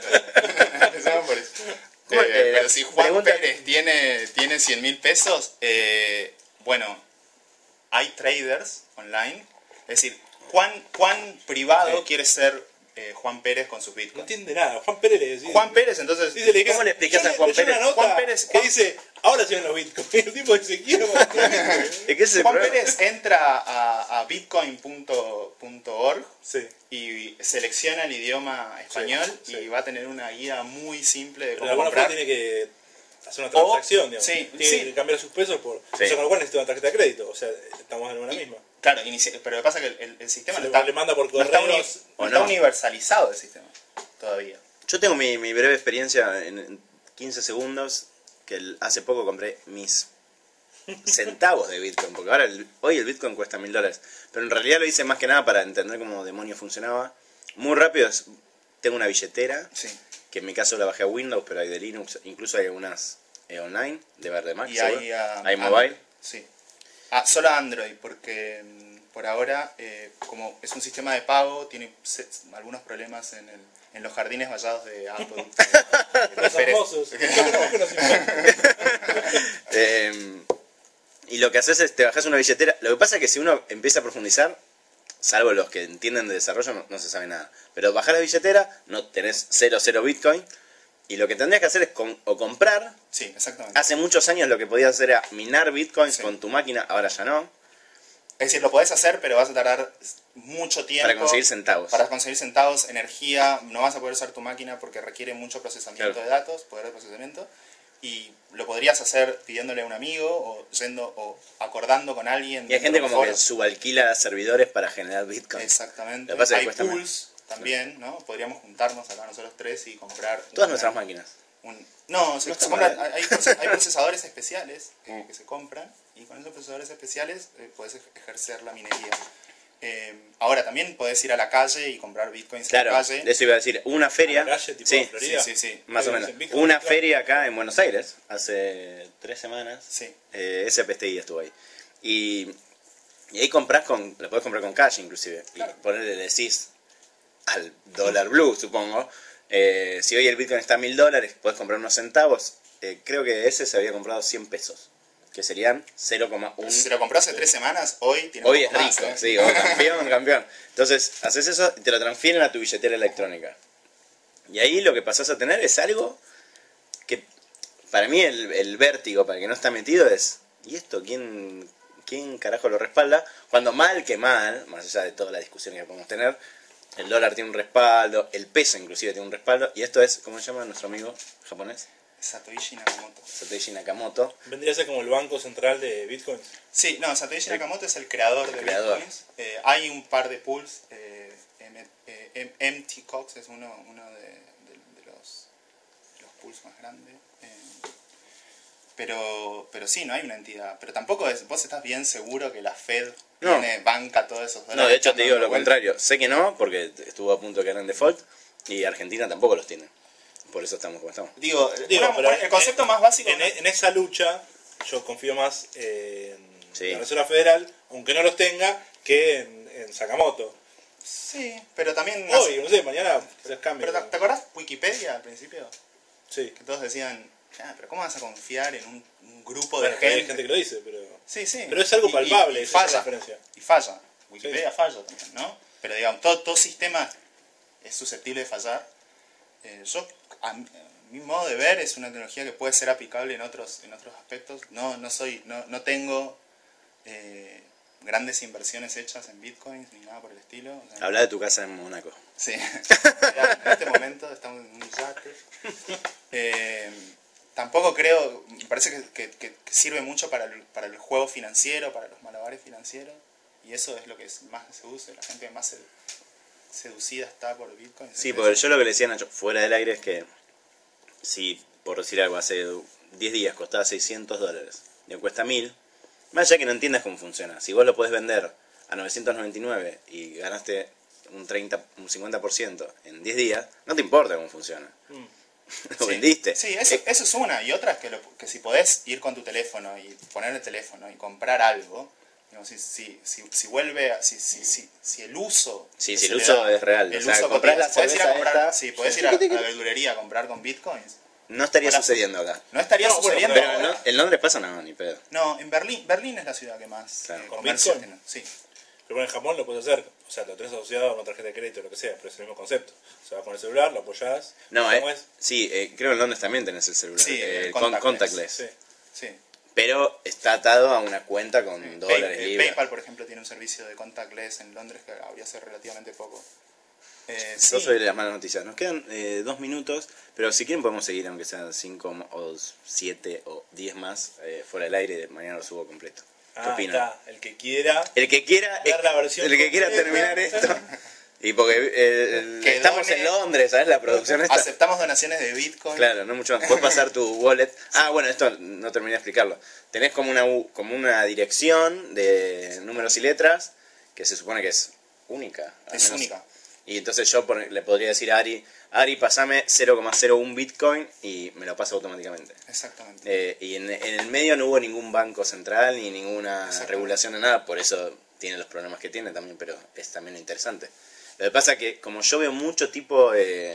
Empezamos por eso. ¿Cómo? Eh, Eh, pero si Juan pregunta- Pérez tiene, tiene cien mil pesos, eh, bueno, hay traders online. Es decir, ¿cuán, cuán privado Sí. quiere ser eh, Juan Pérez con sus No bitcoins? entiende nada, Juan Pérez le decía. Juan Pérez, entonces... Dice, le- ¿Cómo le explicás yo a le- Juan leyó una Pérez? nota Juan Pérez, que Juan- dice, ahora se ven los Bitcoin. Y el tipo dice, quiero comprar Bitcoin. Es que ese es el Juan problema. Pérez entra a, a bitcoin punto org Sí. y selecciona el idioma español Sí, sí. y va a tener una guía muy simple de Pero de cómo alguna forma comprar. tiene que hacer una O- transacción, digamos. sí, tiene sí. que cambiar sus pesos por... Sí. O sea, con lo cual necesita una tarjeta de crédito. O sea, estamos en una misma. Claro, inici- pero lo que pasa es que el, el- el sistema Se no le- está, le manda por no está, correos, uni- ¿o no está no? universalizado el sistema todavía. Yo tengo mi, mi breve experiencia en- en quince segundos, que el- hace poco compré mis centavos de Bitcoin, porque ahora el- hoy el Bitcoin cuesta mil dólares, pero en realidad lo hice más que nada para entender cómo demonios funcionaba. Muy rápido, es- tengo una billetera, Sí. que en mi caso la bajé a Windows, pero hay de Linux, incluso hay algunas eh, online, de ver de Mac, Y seguro. hay, ah, hay Android. mobile. Sí. Ah, solo Android, porque mm, por ahora, eh, como es un sistema de pago, tiene se- algunos problemas en, el, en los jardines vallados de Apple. Los Prefiere- famosos. No tenemos que nos importa. Eh, y lo que haces es te bajas una billetera. Lo que pasa es que si uno empieza a profundizar, salvo los que entienden de desarrollo, no, no se sabe nada. Pero bajás la billetera, no tenés cero cero Bitcoin. Y lo que tendrías que hacer es com- o comprar. Sí, exactamente. Hace muchos años lo que podías hacer era minar Bitcoins Sí. con tu máquina, ahora ya no. Es decir, lo podés hacer, pero vas a tardar mucho tiempo. Para conseguir centavos. Para conseguir centavos, energía, no vas a poder usar tu máquina porque requiere mucho procesamiento Claro. de datos, poder de procesamiento. Y lo podrías hacer pidiéndole a un amigo o yendo o acordando con alguien. Y hay gente dentro de como que foros. subalquila servidores para generar Bitcoin. Exactamente. Lo que pasa es que Hay cuesta pools también, ¿no? Podríamos juntarnos acá nosotros tres y comprar. Todas una- nuestras máquinas. un- no, se, No se está compran- mal, ¿eh? hay, proce- hay procesadores especiales que, Mm. que se compran y con esos procesadores especiales eh, puedes ej- ejercer la minería. Eh, ahora también puedes ir a la calle y comprar bitcoins Claro, en la calle. de eso iba a decir. Una feria. ¿A la calle, tipo sí, en Florida? Sí, sí, sí. más o Eh, menos. en Bitcoin, Una claro. feria acá en Buenos Aires, hace tres semanas. Sí. Eh, S P T I estuvo ahí. Y, y ahí compras con, lo podés comprar con cash inclusive. Claro. Y ponerle decís al dólar blue, supongo. Eh, si hoy el Bitcoin está a mil dólares, podés comprar unos centavos. Eh, creo que ese se había comprado cien pesos. Que serían cero coma uno. Si lo compró hace tres semanas, hoy tiene Hoy un es poco más, rico, ¿eh? sí, oh, campeón, campeón. Entonces, haces eso y te lo transfieren a tu billetera electrónica. Y ahí lo que pasás a tener es algo que, para mí, el, el vértigo, para el que no está metido, es: ¿y esto quién, quién carajo lo respalda? Cuando mal que mal, más allá de toda la discusión que podemos tener, el dólar tiene un respaldo, el peso inclusive tiene un respaldo, y esto es, ¿cómo se llama nuestro amigo japonés? Satoshi Nakamoto. Satoshi Nakamoto. Vendría a ser como el banco central de Bitcoin. Sí, no, Satoshi Nakamoto es el creador El de creador. bitcoins. Eh, hay un par de pools. Eh, M- eh, M- M T Cox es uno, uno de, de- de los, de los pools más grandes. Eh, pero, pero sí, no hay una entidad. Pero tampoco es, vos estás bien seguro que la Fed No. tiene banca todos esos dólares. No, de hecho te digo dando lo vueltas. contrario. Sé que no, porque estuvo a punto de caer en default, y Argentina tampoco los tiene. Por eso estamos como estamos. Digo, Digo, una- pero el concepto más básico. En, ¿no? en esa lucha, yo confío más en Sí. la Reserva Federal, aunque no los tenga, que en, en Sakamoto. Sí, pero también... Hoy, no sé, mañana se cambia. Pero ¿te, ¿te acordás Wikipedia al principio? Sí. Que todos decían, ah, pero ¿cómo vas a confiar en un, un grupo Bueno, de todavía gente? hay gente que lo dice, pero... Sí, sí. Pero es algo Y- palpable, y, y esa es la falla, diferencia. y falla. Wikipedia Sí. falla también, ¿no? Pero digamos, todo, todo sistema es susceptible de fallar. Eh, yo, a, mi a mi modo de ver, es una tecnología que puede ser aplicable en otros, en otros aspectos. No, no soy, no, no tengo eh, grandes inversiones hechas en bitcoins ni nada por el estilo. O sea, Habla de tu casa en Mónaco. sí. Ya, en este momento estamos en un yate. Eh, tampoco creo, me parece que, que, que- que sirve mucho para el, para el juego financiero, para los malabares financieros, y eso es lo que es- más se usa, la gente más sed- seducida está por Bitcoin. Sí, porque yo lo que le decía a Nacho fuera del aire es que si, por decir algo, hace diez días costaba seiscientos dólares y hoy cuesta mil, más allá que no entiendas cómo funciona, si vos lo podés vender a novecientos noventa y nueve y ganaste un treinta, un cincuenta por ciento en diez días, no te importa cómo funciona. Mm. Lo Sí. vendiste. Sí, eso, Eh, eso es una, y otra es que, lo- que si podés ir con tu teléfono y poner el teléfono y comprar algo, digamos, si, si, si, si vuelve, a- si, si, si, si el uso... Sí, que si se el le uso da, es real, el o sea, uso comprás cotidiano, la podés ir a cerveza comprar, esta, sí, podés sí, ir a, tiqui, tiqui. a la verdulería a comprar con bitcoins. no estaría Hola. sucediendo acá. No estaría No, bueno, sucediendo... Pero ahora. no, en Londres pasa no, ni pedo. No, en Berlín, Berlín es la ciudad que más Claro. eh, ¿Con comercio Bitcoin? tiene. Sí, Pero en Japón lo puedes hacer, o sea, lo tenés asociado a una tarjeta de crédito o lo que sea, pero es el mismo concepto. Se va con el celular, lo apoyás. No, ¿cómo eh, es? sí, eh, creo que en Londres también tenés el celular. Sí, eh, el con- contactless. contactless. Sí. sí. Pero está atado a una cuenta con Pay- dólares eh, libres. PayPal, por ejemplo, tiene un servicio de contactless en Londres que abrió hace relativamente poco. Eh, Yo sí. soy de las malas noticias. Nos quedan eh, dos minutos, pero si quieren podemos seguir, aunque sean cinco o siete o diez más, eh, fuera del aire. Mañana lo subo completo. ¿Qué Ah, opinan? está. El que quiera. El que quiera, Ver la versión el que quiera completa. terminar esto. Y porque eh, Que estamos done- en Londres, ¿sabes? La producción está... Aceptamos donaciones de Bitcoin. Claro, no mucho más. Puedes pasar tu wallet. Ah, bueno, esto no terminé de explicarlo. Tenés como una, u- como una dirección de números y letras que se supone que es única. al Es menos. única. Y entonces yo por- le podría decir a Ari, Ari, pasame cero coma cero uno Bitcoin y me lo pasa automáticamente. Exactamente. Eh, y en, en el medio no hubo ningún banco central ni ninguna Exactamente. regulación de nada, por eso tiene los problemas que tiene también, pero es también interesante. Lo que pasa que como yo veo mucho tipo eh,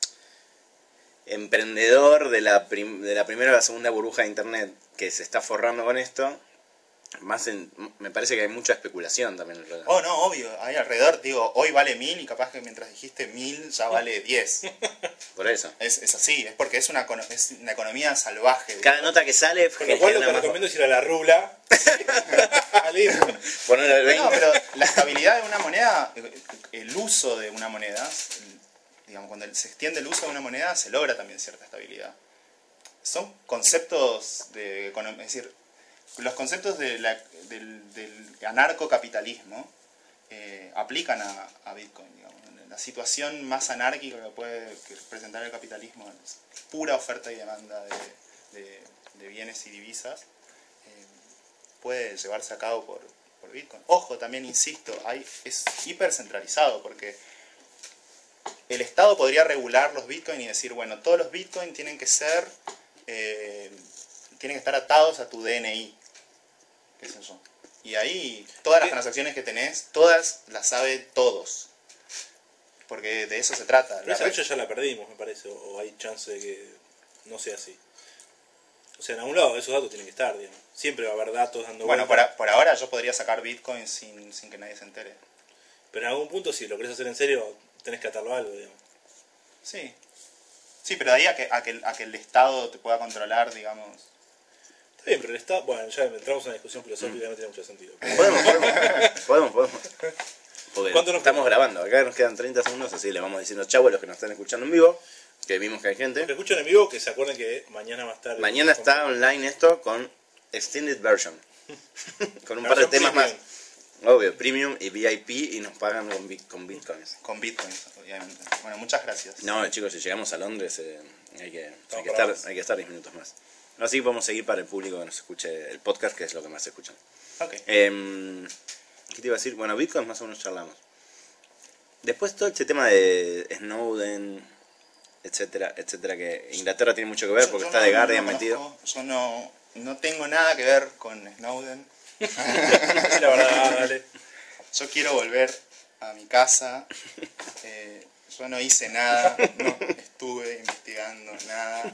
emprendedor de la, prim- de la primera o la segunda burbuja de internet que se está forrando con esto, más en- me parece que hay mucha especulación también alrededor. Oh, no, obvio. Hay alrededor, digo, hoy vale mil y capaz que mientras dijiste mil ya vale diez. Por eso. Es, es así, es porque es una, econo- es una economía salvaje. digo. Cada nota que sale Con lo cual lo que genera más- recomiendo es ir a la rubla. Al ir. ponerlo al veinte. No, pero la estabilidad de una moneda, el uso de una moneda, digamos, cuando se extiende el uso de una moneda, se logra también cierta estabilidad. Son conceptos de economía, es decir, los conceptos de la- del, del anarcocapitalismo eh, aplican a, a Bitcoin, digamos. La situación más anárquica que puede que presentar el capitalismo es pura oferta y demanda de, de- de bienes y divisas. eh, puede llevarse a cabo por, por Bitcoin. Ojo, también insisto, hay, es hipercentralizado porque el Estado podría regular los Bitcoin y decir, bueno, todos los Bitcoin tienen que ser, eh, tienen que estar atados a tu D N I, qué sé yo. Y ahí todas las ¿Qué? transacciones que tenés, todas las sabe todos. Porque de eso se trata. Pero La esa red- lucha ya la perdimos, me parece, o, o hay chance de que no sea así. O sea, en algún lado esos datos tienen que estar, digamos. Siempre va a haber datos dando bueno, por, vueltas. a- por ahora yo podría sacar Bitcoin sin, sin que nadie se entere. Pero en algún punto, si lo querés hacer en serio, tenés que atarlo a algo, digamos. Sí. Sí, pero de ahí a que, a que, el- a que el Estado te pueda controlar, digamos... Está bien, pero el Estado... Bueno, ya entramos en una discusión filosófica que no tiene mucho sentido. Podemos, podemos, podemos, podemos. Porque ¿Cuánto nos estamos queda? grabando, acá nos quedan treinta segundos, así le vamos diciendo chau a los que nos están escuchando en vivo, que vimos que hay gente. Los que escuchan en vivo, que se acuerden que mañana va a estar... Mañana está online esto con Extended Version, con un La par de versión temas más. premium. Obvio, Premium y V I P y nos pagan con, bit- con Bitcoins. Con Bitcoin, obviamente. Bueno, muchas gracias. No, chicos, si llegamos a Londres eh, hay, que, hay, Estamos que para estar, más. hay que estar diez minutos más. Así podemos seguir para el público que nos escuche el podcast, que es lo que más escuchan. Ok. Em, ¿Qué te iba a decir? Bueno, Bitcoin más o menos charlamos. Después todo este tema de Snowden, etcétera, etcétera, que Inglaterra tiene mucho que ver Yo- porque yo está no- de no Guardian conozco, metido. Yo no, no tengo nada que ver con Snowden. Sí, la verdad, dale. Yo quiero volver a mi casa. Eh, yo no hice nada, no estuve investigando nada.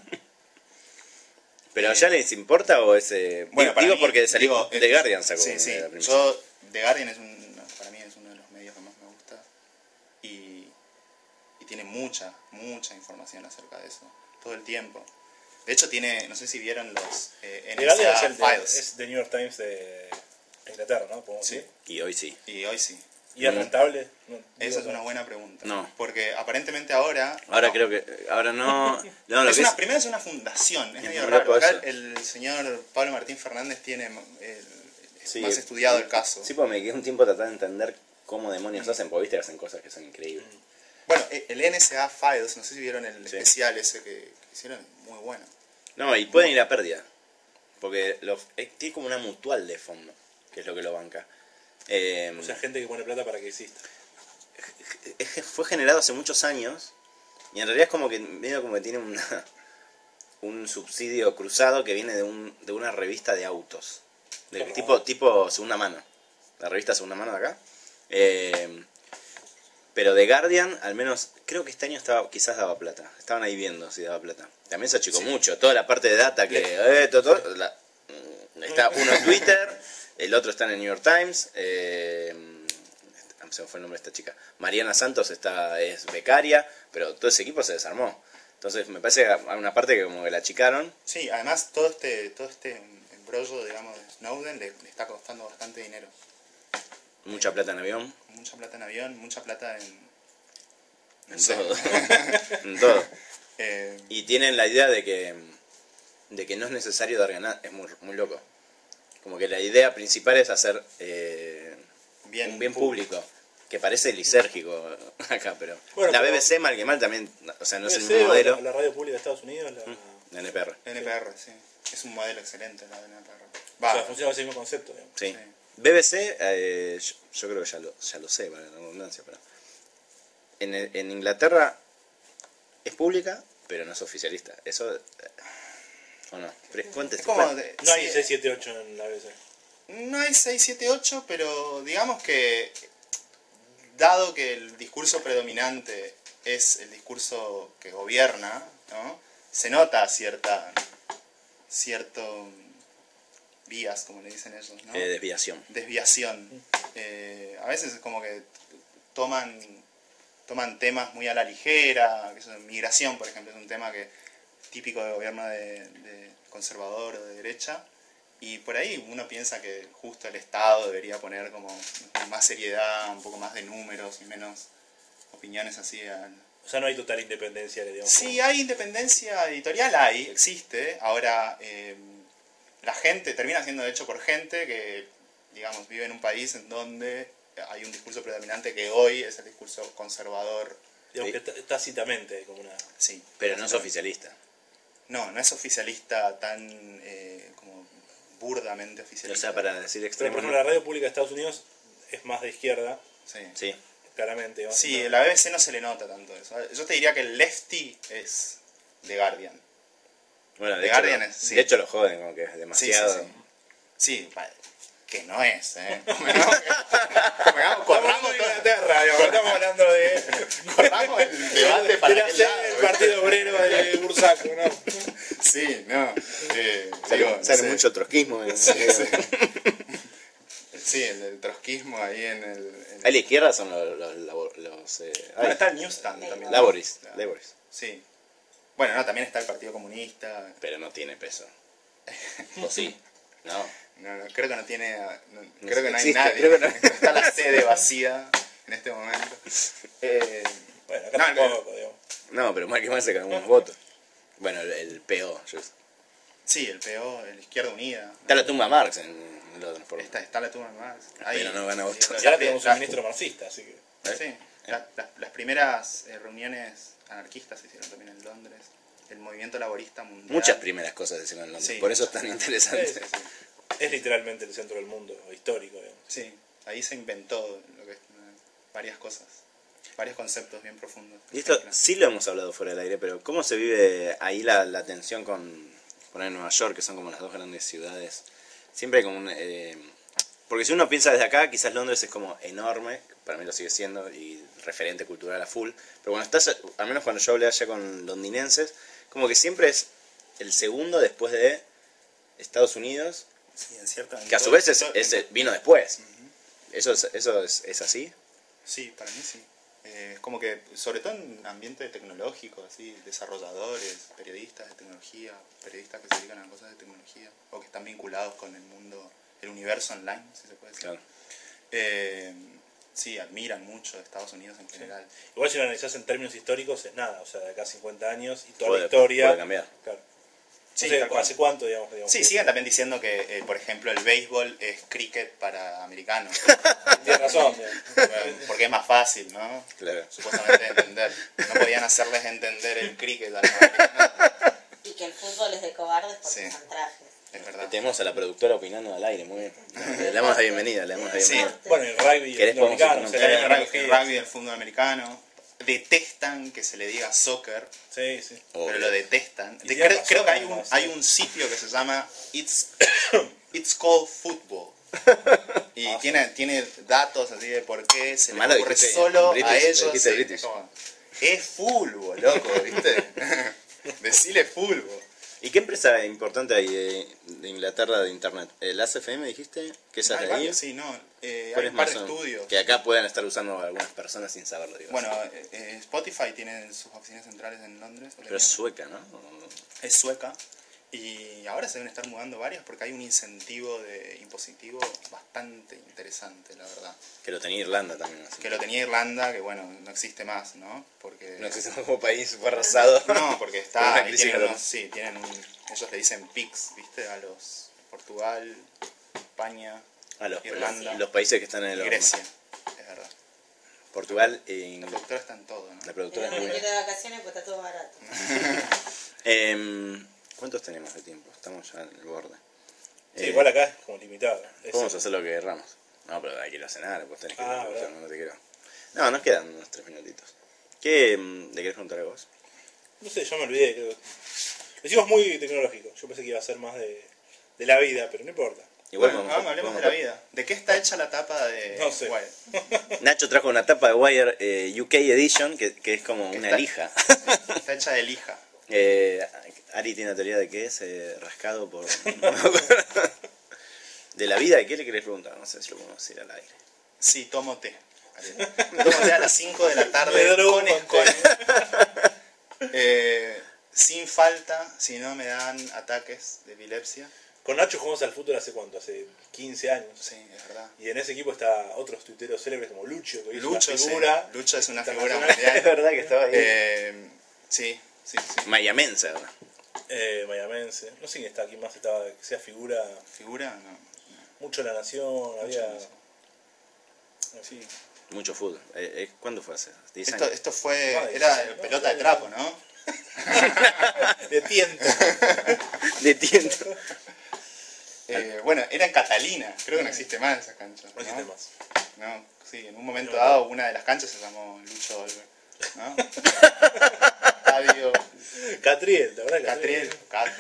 ¿Pero Eh, ya les importa o es...? Eh, Bueno, digo para digo mí, porque salió digo, The es- Guardian sacó Sí, una sí. de las primeras. Yo, The Guardian es un, para mí es uno de los medios que más me gusta. Y, y tiene mucha, mucha información acerca de eso. Todo el tiempo. De hecho tiene, no sé si vieron los eh, The Guardian es N S A el de, Files. es The New York Times de Inglaterra, ¿no? ¿Podemos Sí. decir? Y hoy sí. Y hoy sí. ¿Y es Mm. rentable? No, Esa es digo, una buena pregunta. No. Porque aparentemente ahora... Ahora no. creo que... Ahora no... no lo Es que una, es- primero es una fundación, es, Es medio muy raro. loco Acá eso. el señor Pablo Martín Fernández tiene el, Sí, más es- estudiado el caso. Sí, pues me quedé un tiempo tratando de entender cómo demonios hacen, porque viste que hacen cosas que son increíbles. Bueno, el N S A Files, no sé si vieron el Sí. especial ese que, que hicieron, muy bueno. No, y pueden ir a pérdida. Porque lo, eh, tiene como una mutual de fondo, que es lo que lo banca. Eh, O sea, gente que pone plata para que exista. es que fue generado hace muchos años y en realidad es como que medio como que tiene una, un subsidio cruzado que viene de, un, de una revista de autos. De ¿Cómo? tipo, tipo segunda mano. La revista segunda mano de acá. Eh, pero The Guardian, al menos, creo que este año estaba, quizás daba plata. Estaban ahí viendo si daba plata. También se achicó Sí. mucho. Toda la parte de data que... eh, todo, todo, la- está uno en Twitter, el otro está en el New York Times. Eh, se me fue el nombre de esta chica. Mariana Santos está es becaria, pero todo ese equipo se desarmó. Entonces me parece que hay una parte que como que la achicaron. Sí, además todo este todo este embrollo, digamos, de Snowden le, le está costando bastante dinero. Mucha plata en avión, Mucha plata en avión, mucha plata en... no en sé. todo. en todo. Eh, Y tienen la idea de que de que no es necesario dar ganas. Es muy, muy loco. Como que la idea principal es hacer eh, bien, un bien público. Que parece lisérgico acá, pero... Bueno, la pero- B B C mal que mal también, o sea, no es el B B C mismo o modelo. La, la radio pública de Estados Unidos, la, La N P R. N P R, sí. Es un modelo excelente la de N P R. o Va, sea, funciona con ese mismo concepto, digamos. Sí. Sí. B B C, eh, yo, yo creo que ya lo, ya lo sé, para la redundancia, pero... En, el- en Inglaterra es pública, pero no es oficialista. Eso... eh, ¿O no? Pero cuéntese, es como... cuéntese. de- No hay sí, seis siete ocho en la B B C. No hay seis siete ocho, pero digamos que, dado que el discurso predominante es el discurso que gobierna, ¿no? Se nota cierta, cierto vías, como le dicen ellos, ¿no? Eh, desviación. Desviación. Eh, a veces es como que toman, toman temas muy a la ligera, que eso, migración, por ejemplo, es un tema que típico de gobierno de, de conservador o de derecha. Y por ahí uno piensa que justo el Estado debería poner como más seriedad, un poco más de números y menos opiniones así. Al... O sea, no hay total independencia, digamos. Sí, hay independencia editorial, hay, existe. Ahora, eh, la gente termina siendo hecho por gente que, digamos, vive en un país en donde hay un discurso predominante que hoy es el discurso conservador. Digamos que tá- tácitamente, como una... Sí, Pero no es oficialista. No, no es oficialista tan eh, como burdamente O oficialista. sea, para decir Pero, extremo... por ejemplo, la radio pública de Estados Unidos es más de izquierda, Sí. Sí. claramente. ¿no? Sí, No- en la B B C no se le nota tanto eso. Yo te diría que el lefty es The Guardian. Bueno, de, The hecho, Guardian lo, es- sí. de hecho lo joden, como que es Sí, sí, demasiado... sí. Sí, vale, que no es, ¿eh? Convengamos que- convengamos, Estamos hablando corramos, de todo- Inglaterra, digamos, estamos hablando de... corramos el debate para de la aquel sede lado, del ¿eh? Partido Obrero de Bursaco, ¿no? Sí, no. Eh, Sale, digo, no sale sé. mucho trotskismo. en- Sí, sí. Sí, el del trotskismo ahí en el... en Ahí a la izquierda son los... los, los, los, eh, Bueno, ay, está el Newsstand también. Laboris, Claro. Laboris. Sí. Bueno, no, también está el Partido Comunista. Pero no tiene peso. ¿O sí? No. No, no, creo que no tiene... no- No creo sé, que no hay existe, nadie. creo que no. Está la sede vacía en este momento. Eh, Bueno, acá No, no. tampoco, digamos. No, pero mal que mal se quedan unos votos. Bueno, el, el P O. Yo, sí, el P O, el Izquierda Unida. está la tumba Marx en, en lo transforma. Está, está la turma más. Pero no gana votos. Y ahora tenemos un ministro marxista, así que... Sí, la- la- las primeras eh, reuniones anarquistas se hicieron también en Londres. El movimiento laborista mundial. Muchas primeras cosas se hicieron en Londres. Sí. Por eso es tan interesante. Sí, sí, sí. Es literalmente el centro del mundo, histórico, digamos. Sí, ahí se inventó lo que es, eh, varias cosas, varios conceptos bien profundos. Y esto sí lo hemos hablado fuera del aire, pero ¿cómo se vive ahí la, la tensión con poner Nueva York, que son como las dos grandes ciudades? Siempre hay como un, eh, porque si uno piensa desde acá, quizás Londres es como enorme, para mí lo sigue siendo, y referente cultural a full, pero cuando estás, al menos cuando yo hablé allá con londinenses, como que siempre es el segundo después de Estados Unidos, Sí, en cierta, en que a su todo- vez en es, todo- es- en- vino después. Ujú. ¿Eso, es, eso es, es así? Sí, para mí sí. Eh, es como que, sobre todo en ambiente tecnológico, así, desarrolladores, periodistas de tecnología, periodistas que se dedican a cosas de tecnología, o que están vinculados con el mundo, el universo online, si se puede decir. Claro. Eh, sí, admiran mucho a Estados Unidos en general. Igual si lo analizás en términos históricos es nada, o sea, de acá a cincuenta años y toda Puede- la historia. puede cambiar. Claro. Sí, No sé, tal cual. ¿hace cuánto, digamos? digamos Sí, siguen también diciendo que, eh, por ejemplo, el béisbol es cricket para americanos. Tienes razón. digamos. Porque es más fácil, ¿no? Claro. Supuestamente de entender. No podían hacerles entender el cricket a los americanos. Y que el fútbol es de cobardes porque Sí. usan trajes. Es verdad. Tenemos a la productora opinando al aire, muy bien. Le damos la bienvenida, le damos la Sí. bienvenida. Bueno, el rugby y ¿Querés el americano, podemos o sea, El la rugby, el tecnología. rugby del fútbol americano. Detestan que se le diga soccer, Sí, sí. Obvio. pero lo detestan. Y De- tiene creo, razón, creo que hay un, además, hay sí. un sitio que se llama It's, It's Called Football. Y Ah, tiene, tiene datos así de por qué se les Malo ocurre dijiste, solo British, a ellos. dijiste sí, British. es como, es fútbol, loco, ¿viste? Decile fútbol. ¿Y qué empresa importante hay de, de Inglaterra de internet? ¿El A C F M dijiste? ¿Qué es Hay de ahí? varios, sí, no. eh, hay ¿Cuáles un par más de son? estudios. Que acá puedan estar usando algunas personas sin saberlo, digo. Bueno, eh, eh, Spotify tiene sus oficinas centrales en Londres. Pero es sueca, ¿no? Es sueca. Y ahora se deben estar mudando varias porque hay un incentivo de impositivo bastante interesante, la verdad. Que lo tenía Irlanda también. Así. Que lo tenía Irlanda, que bueno, no existe más, ¿no? Porque No existe como país, fue arrasado. No, porque Por está, una ahí crisis tienen global. unos- sí, tienen un, ellos le dicen P I Cs, ¿viste? A los Portugal, España, A los, Irlanda. los países que están en el y horno. Grecia, es verdad. Portugal y La productora está en todo, ¿no? la Pero productora no es muy quiero buena. de vacaciones porque está todo barato. Em, ¿Cuántos tenemos de tiempo? Estamos ya en el borde. Sí, Eh, igual acá es como limitado. Es- Podemos hacer lo que querramos. No, pero hay que ir a cenar, pues tenés que Ah, ir, verdad. no te quiero. No, nos quedan unos tres minutitos. ¿Qué mm, le querés preguntar a vos? No sé, yo me olvidé, creo. Lo hicimos muy tecnológico. Yo pensé que iba a ser más de, de la vida, pero no importa. Igual Bueno, podemos- vamos, hablemos de podemos- la vida. ¿De qué está hecha la tapa de No sé. Wire? Nacho trajo una tapa de Wire eh, U K Edition que, que es como Que una está- lija. Está hecha de lija. Eh, Ari tiene la teoría de que es eh, rascado por... ¿De la vida? ¿De qué le querés preguntar? No sé si lo podemos decir al aire. Sí, tomo té. Tomo té a las cinco de la Me tarde drogo con con escones. Eh, sin falta, si no me dan ataques de epilepsia. Con Nacho jugamos al fútbol hace cuánto, hace quince años. Sí, es verdad. Y en ese equipo está otros tuiteros célebres como Lucho, que hoy es Lucho, una sí. figura. Lucho es una figura internacional. Es mundial. verdad que estaba ahí. Eh, sí, sí, sí. Mayamense ahora. Eh, mayamense. No sé quién está aquí más, estaba que sea figura. ¿Figura? No. Mucho La Nación, había. Mucho Sí. Mucho fútbol. Eh, eh, ¿Cuándo fue hace? ¿diez Esto, años? esto fue. Ay, Era sí, no, pelota de sí. trapo, ¿no? De tiento. De tiento. Eh, bueno, era en Catalina. Creo que no existe más esa cancha. No existe más. No, sí, en un momento No, dado una de las canchas se llamó Lucho Olver. ¿No? Estadio, Catriel, la verdad que Catriel, Cato.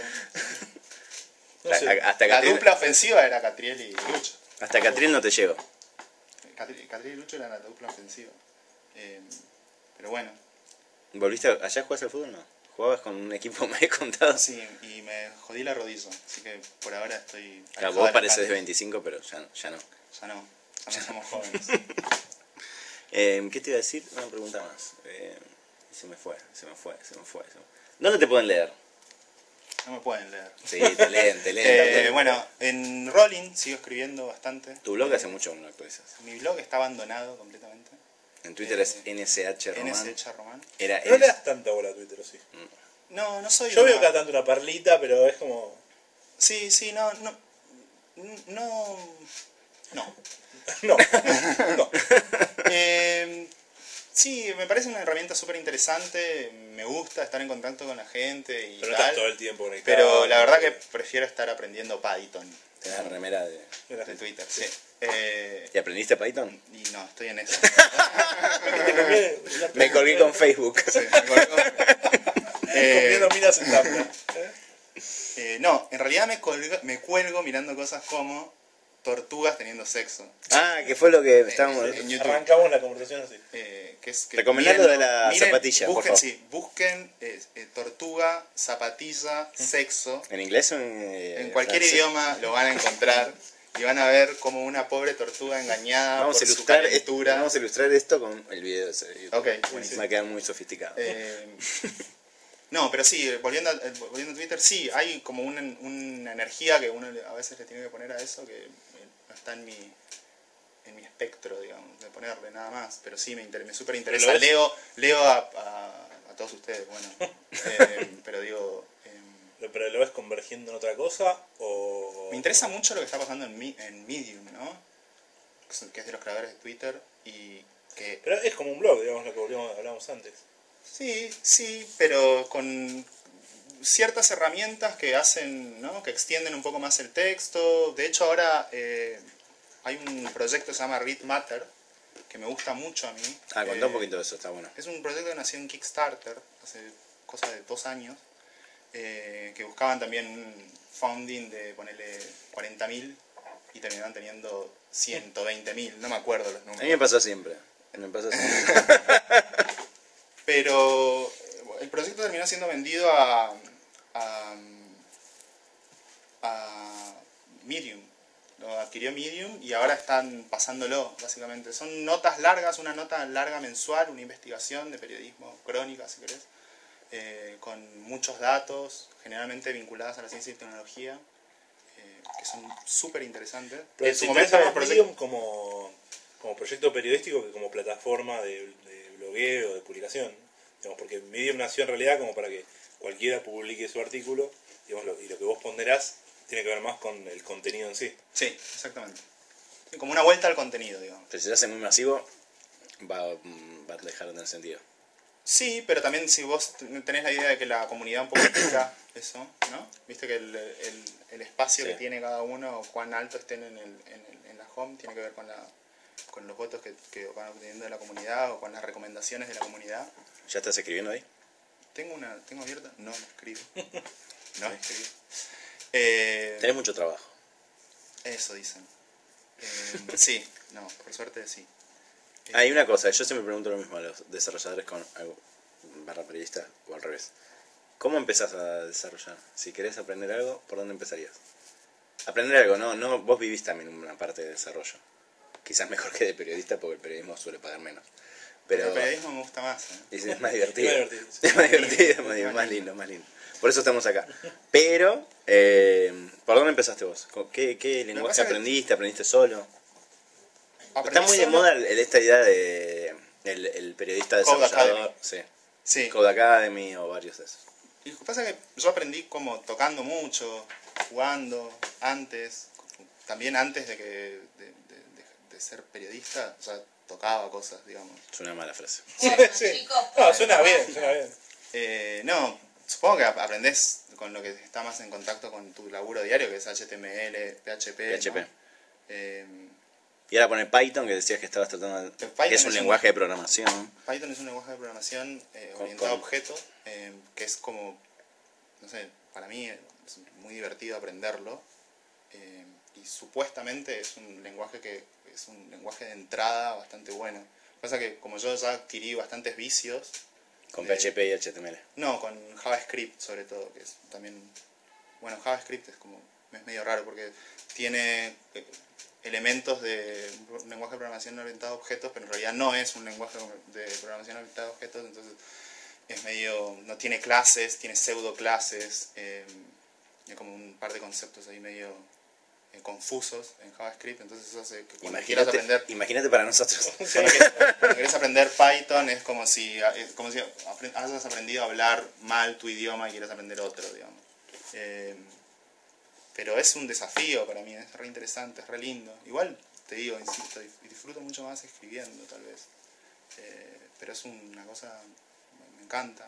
No sé. A- Hasta La Catriel, dupla ofensiva era Catriel y Lucho. hasta Catriel no te llego. Catriel, Catriel y Lucho eran la dupla ofensiva. Eh, pero bueno, ¿Volviste? a- ¿Allá jugás al fútbol? No. ¿Jugabas con un equipo, me he contado? sí, y me jodí la rodilla. Así que por ahora estoy. Claro, alejado vos de las pareces de canchas. veinticinco, pero ya, ya no. Ya no, ya no somos jóvenes. Eh, ¿Qué te iba a decir? Una pregunta más. Eh, se me fue, se me fue, se me fue. Se me... ¿Dónde te pueden leer? No me pueden leer. Sí, te leen, te leen. Eh, te leen. bueno, en Rolling sigo escribiendo bastante. Tu blog Eh, hace mucho que no lo actualizas. Mi blog está abandonado completamente. En Twitter es N S H Roman. N S H Román. Era No le N- das tanta bola a Twitter, ¿o sí? No, no soy Yo una- veo cada tanto una perlita, pero es como. Sí, sí, no, no, no, no. No, no. Eh, sí, me parece una herramienta súper interesante, me gusta estar en contacto con la gente y Pero no estás tal, todo el tiempo conectado. pero la verdad que prefiero estar aprendiendo Python Tenés la remera de... Mira. de Twitter, sí. Eh, ¿Y aprendiste Python? y no, estoy en eso. Te conviene- Me colgué con Facebook. Sí, me acuerdo. Eh, Comiendo minas en tabla. ¿Eh? Eh, no, en realidad me, colga- me cuelgo mirando cosas como tortugas teniendo sexo. Ah, que fue lo que estábamos... en YouTube. Arrancamos la conversación así. Eh, que es que Recomendar lo de la zapatilla, por busquen, favor. sí, busquen eh, eh, tortuga, zapatilla, sexo. ¿En inglés o en, eh, En cualquier francés? idioma lo van a encontrar y van a ver como una pobre tortuga engañada Vamos a, por su ilustrar, calentura. vamos a ilustrar esto con el video ese de YouTube. Ok, buenísimo. Va a quedar muy sofisticado. Eh, no, no, pero sí, volviendo a, eh, volviendo a Twitter, sí, hay como una, una energía que uno le- a veces le tiene que poner a eso que eh, no está en mi, en mi espectro, digamos, de ponerle nada más. Pero sí, me, inter- me súper interesa. ¿Lo ves? Leo, leo a, a, a todos ustedes, bueno. Eh, pero digo, eh, ¿Pero lo ves convergiendo en otra cosa? O... me interesa mucho lo que está pasando en, Mi- en Medium, ¿no? Que son- que es de los creadores de Twitter y que... Pero es como un blog, digamos, lo que volvíamos- hablábamos antes. Sí, sí, pero con ciertas herramientas que hacen, ¿no? Que extienden un poco más el texto. De hecho, ahora eh, hay un proyecto que se llama Read Matter, que me gusta mucho a mí. Ah, contá Eh, un poquito de eso, está bueno. Es un proyecto que nació en Kickstarter hace cosa de dos años, eh, que buscaban también un funding de ponerle cuarenta mil y terminaron teniendo ciento veinte mil, no me acuerdo los A números. mí me pasa siempre. Me pasa siempre. Pero eh, el proyecto terminó siendo vendido a, a, a Medium. Lo adquirió Medium y ahora están pasándolo, básicamente. Son notas largas, una nota larga mensual, una investigación de periodismo, crónica, si querés, eh, con muchos datos, generalmente vinculadas a la ciencia y tecnología, eh, que son súper interesantes. Pero En te su interesa momento, más el proyecto- Medium como, como proyecto periodístico que como plataforma de, de blogueo, de publicación. Digamos, porque Medium nació en realidad como para que cualquiera publique su artículo, digamos, lo- y lo que vos ponderás tiene que ver más con el contenido en sí. Sí, exactamente. Sí, como una vuelta al contenido, digamos. Pero si lo hace muy masivo, va, va a dejar de tener sentido. Sí, pero también si vos tenés la idea de que la comunidad un poco explica eso, ¿no? Viste que el, el, el espacio Sí. que tiene cada uno, o cuán alto estén en, el, en, el- en la home, tiene que ver con, la, con los votos que, que van obteniendo de la comunidad o con las recomendaciones de la comunidad. ¿Ya estás escribiendo ahí? ¿Tengo una tengo abierta? No, no escribo. No escribo. Eh, Tenés mucho trabajo. eso dicen. Eh, sí, no, por suerte sí. Eh, Hay una cosa, yo siempre pregunto lo mismo a los desarrolladores con algo, barra periodista o al revés. ¿Cómo empezás a desarrollar? Si querés aprender algo, ¿por dónde empezarías? Aprender algo, no, no, vos vivís también una parte de desarrollo. Quizás mejor que de periodista porque el periodismo suele pagar menos. Pero el periodismo me gusta más. ¿eh? es, es más divertido. Es más divertido, sí. Es más divertido, es más, más lindo, más lindo. Por eso estamos acá. Pero, eh, ¿por dónde empezaste vos? ¿Con ¿Qué, qué lenguaje pasa que- aprendiste? ¿Aprendiste solo? Aprendí Está muy de solo- moda el- el- esta idea de el, el periodista Code desarrollador. Academy. Sí. Sí. Code Academy o varios de esos. Y lo que pasa es que yo aprendí como tocando mucho, jugando, antes, también antes de que de, de- de- de ser periodista, o sea, tocaba cosas, digamos. Es una mala frase. Sí, sí. Chicos, No, suena bien, suena bien. Eh, no, supongo que ap- aprendés con lo que está más en contacto con tu laburo diario, que es H T M L, P H P. P H P. ¿no? Eh, Y ahora poner Python, que decías que estabas tratando de... Que Python que es un es un- lenguaje de programación. Python es un lenguaje de programación eh, Con- orientado con- a objetos, eh, que es como, no sé, para mí es muy divertido aprenderlo. eh, y supuestamente es un lenguaje que es un lenguaje de entrada bastante bueno. Pasa que como yo ya adquirí bastantes vicios, Con Eh, P H P y H T M L. no, con JavaScript sobre todo, que es también, bueno, JavaScript es como, es medio raro porque tiene eh, elementos de un lenguaje de programación orientado a objetos, pero en realidad no es un lenguaje de programación orientado a objetos, entonces es medio, no tiene clases, tiene pseudo clases, eh, hay como un par de conceptos ahí medio eh, confusos en JavaScript, entonces eso hace que cuando quieras Imagínate, aprender imagínate para nosotros. cuando quieres, cuando quieres aprender Python es como si, es como si apre- hayas aprendido a hablar mal tu idioma y quieres aprender otro, digamos. Eh, pero es un desafío para mí, es re interesante, es re lindo. Igual, te digo, insisto, dif- disfruto mucho más escribiendo, tal vez. Eh, pero es una cosa, me, me encanta.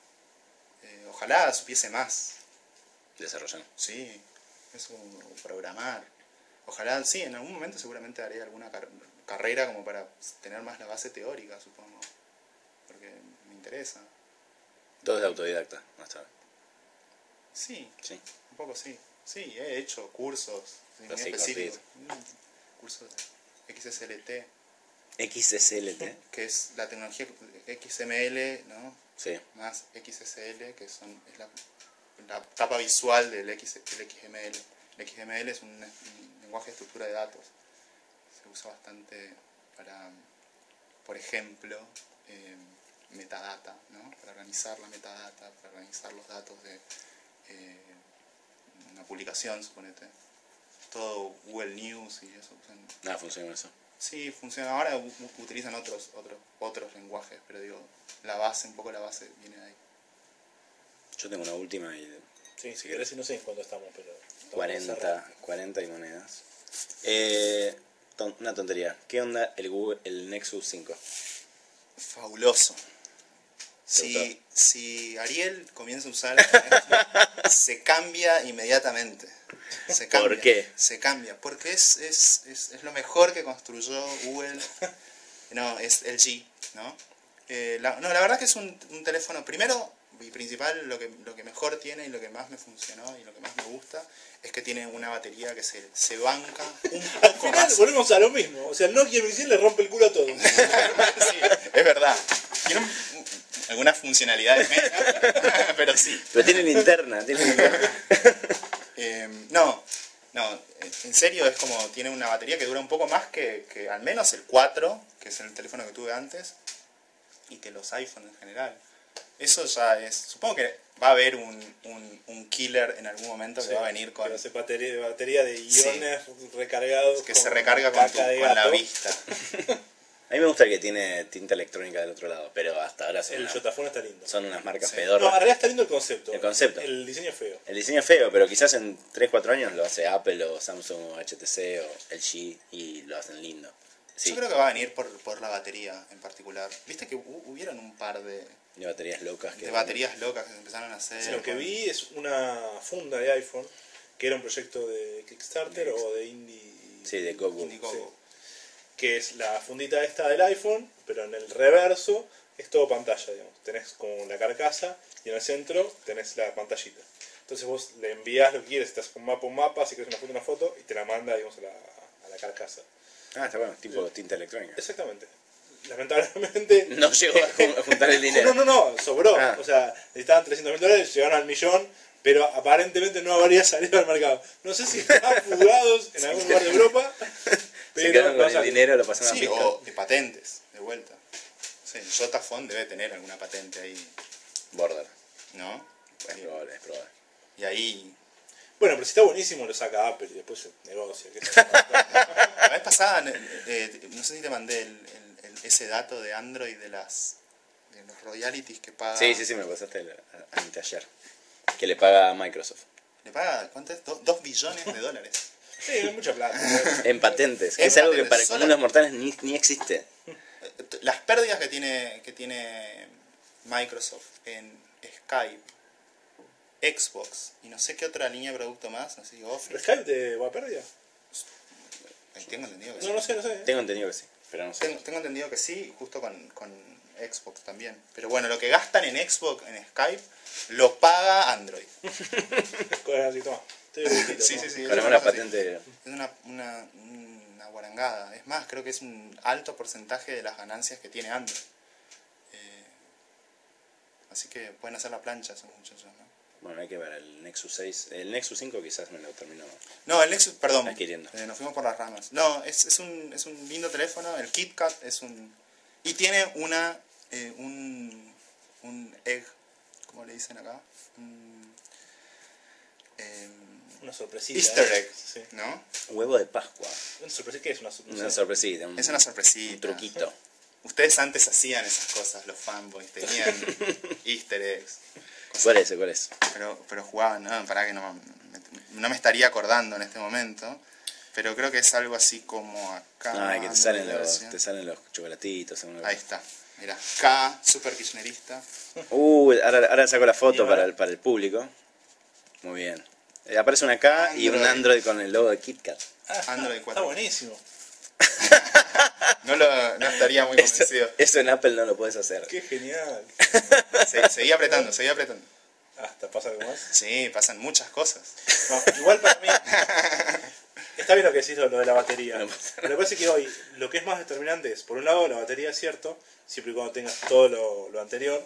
Eh, ojalá supiese más, Desarrollando. sí, es un programar. Ojalá, sí, en algún momento seguramente haré alguna car- carrera como para tener más la base teórica, supongo. Porque me interesa. Todo es de autodidacta, hasta ahora. Sí, Sí. un poco sí. Sí, he hecho cursos muy Así, específico. cortito. Un curso de X S L T, X S L T. que es la tecnología X M L, ¿no? Sí. Más X S L, que son, es la, la capa visual del, X, del X M L. El X M L es un, un lenguaje de estructura de datos. Se usa bastante para, por ejemplo, eh, metadata, ¿no? Para organizar la metadata, para organizar los datos de eh, una publicación, suponete. Todo Google News y eso. Usan. Nada, funciona eso. Sí, funciona. Ahora u- u- utilizan otros, otros, otros lenguajes, pero digo, la base, un poco la base viene de ahí. Yo tengo una última y Sí, si querés, y no sé en cuánto estamos, pero... estamos cuarenta, cerrados. cuarenta y monedas. Eh, ton- una tontería. ¿Qué onda el Google, el Nexus cinco? Fabuloso. ¿Te Si, si Ariel comienza a usar se cambia inmediatamente. Se cambia, ¿Por qué? Se cambia. Porque es, es, es, es lo mejor que construyó Google. No, es L G, ¿no? Eh, la, no, la verdad que es un, un teléfono, primero y principal, lo que, lo que mejor tiene y lo que más me funcionó y lo que más me gusta es que tiene una batería que se, se banca un Al poco final más. volvemos a lo mismo. O sea, el Nokia Mini cien le rompe el culo a todos. Sí, es verdad. Tiene un- algunas funcionalidades mega, pero sí. Pero tiene linterna, tiene linterna. Eh, no, no, en serio es como tiene una batería que dura un poco más que, que al menos el cuatro, que es el teléfono que tuve antes, y que los iPhone en general. Eso ya es, supongo que va a haber un, un, un killer en algún momento que Sí, va a venir con, pero hace batería, batería de iones recargados. que con se recarga con, tu- caca de con la gato. vista. A mí me gusta el que tiene tinta electrónica del otro lado, pero hasta ahora son, El una- Jotaphone está lindo. son unas marcas Sí. No, en pedorras. realidad está lindo el concepto. El concepto. El diseño es feo. El diseño es feo, pero quizás en tres cuatro años lo hace Apple o Samsung o H T C o L G y lo hacen lindo. Sí, Yo creo que va a venir por, por la batería en particular. Viste que hu- hubieron un par de, de baterías locas. Que de baterías locas que se empezaron a hacer. Sí, lo que con- vi es una funda de iPhone que era un proyecto de Kickstarter o de Indie. Sí, de Gogo. Indiegogo. Sí. Que es la fundita esta del iPhone, pero en el reverso es todo pantalla, digamos. Tenés como la carcasa y en el centro tenés la pantallita. Entonces vos le envías lo que quieres, estás con mapa un mapa, si quieres una foto una foto y te la manda, digamos, a la, a la carcasa. Ah, está bueno, tipo tinta electrónica. Exactamente. Lamentablemente... No llegó a jun- a juntar el dinero. No, no, no, sobró. Ah. O sea, necesitaban trescientos mil dólares, llegaron al millón, pero aparentemente no habría salido al mercado. No sé si están fugados en algún lugar de Europa, Se pero quedaron no con el salió. dinero, lo pasaron Sí, a Bitcoin. o de patentes, de vuelta. Sí, Jotaphone debe tener alguna patente ahí, Border. ¿no? Es probable, es probable. Y ahí, Bueno, pero si está buenísimo lo saca Apple y después se negocia. ¿Qué sé yo. la vez pasada, eh, no sé si te mandé el, el- el- ese dato de Android de las de los royalties que paga. Sí, sí, sí, me lo pasaste el- a- anteayer. Que le paga a Microsoft. Le paga, ¿cuánto es? Do- dos billones de dólares. Sí, hay mucha plata. En patentes, que En es algo que patentes, para solo- comunes mortales ni, ni existe. Eh, Las pérdidas que tiene, que tiene Microsoft en Skype, Xbox y no sé qué otra línea de producto más, no sé, ¿Pero Office. Skype te va a pérdida? Tengo entendido que sí. No, no sé, no sé. Tengo entendido que sí, pero no sé. Tengo, tengo entendido que sí, justo con, con Xbox también. Pero bueno, lo que gastan en Xbox, en Skype, lo paga Android. Así, toma. Estoy un poquito, Sí, toma. sí, sí. Con es alguna una cosa así. patente. Es una, una, una guarangada. Es más, creo que es un alto porcentaje de las ganancias que tiene Android. Eh, así que pueden hacer la plancha esos muchachos, ¿no? Bueno, hay que ver el Nexus seis. El Nexus cinco quizás me lo termino. No, el Nexus, perdón, Adquiriendo. eh, nos fuimos por las ramas. No, es, es, un, es un lindo teléfono, el KitKat es un... Y tiene una, eh, un, un egg, ¿cómo le dicen acá? Un, em, Una sorpresita. Easter ¿eh? egg, Sí. ¿no? Huevo de Pascua. Una sorpresita, ¿qué es una sorpresita? Una sorpresita. Un, Es una sorpresita. un truquito. Ustedes antes hacían esas cosas, los fanboys, tenían easter eggs, ¿Cuál es? ¿Cuál es? pero, pero jugaban, no, pará que no, me- no me estaría acordando en este momento, pero creo que es algo así como acá. Ah, que te ando salen la los, versión. te salen los chocolatitos. alguna Ahí cosa. está, mira, K, super kirchnerista. Uh, ahora, ahora saco la ¿Y foto ahora? para el, para el público. Muy bien. Eh, aparece una K y un Android. Android con el logo de KitKat. Ah, Android está cuatro. buenísimo. No, lo, no estaría muy Eso, convencido. eso en Apple no lo puedes hacer. Qué genial. Se- seguí apretando, seguí apretando. Hasta pasa algo más. Sí, pasan muchas cosas. No, igual para mí, está bien lo que decís, lo, lo de la batería. No pasa Pero me parece que hoy lo que es más determinante es, por un lado, la batería, es cierto, siempre y cuando tengas todo lo, lo anterior,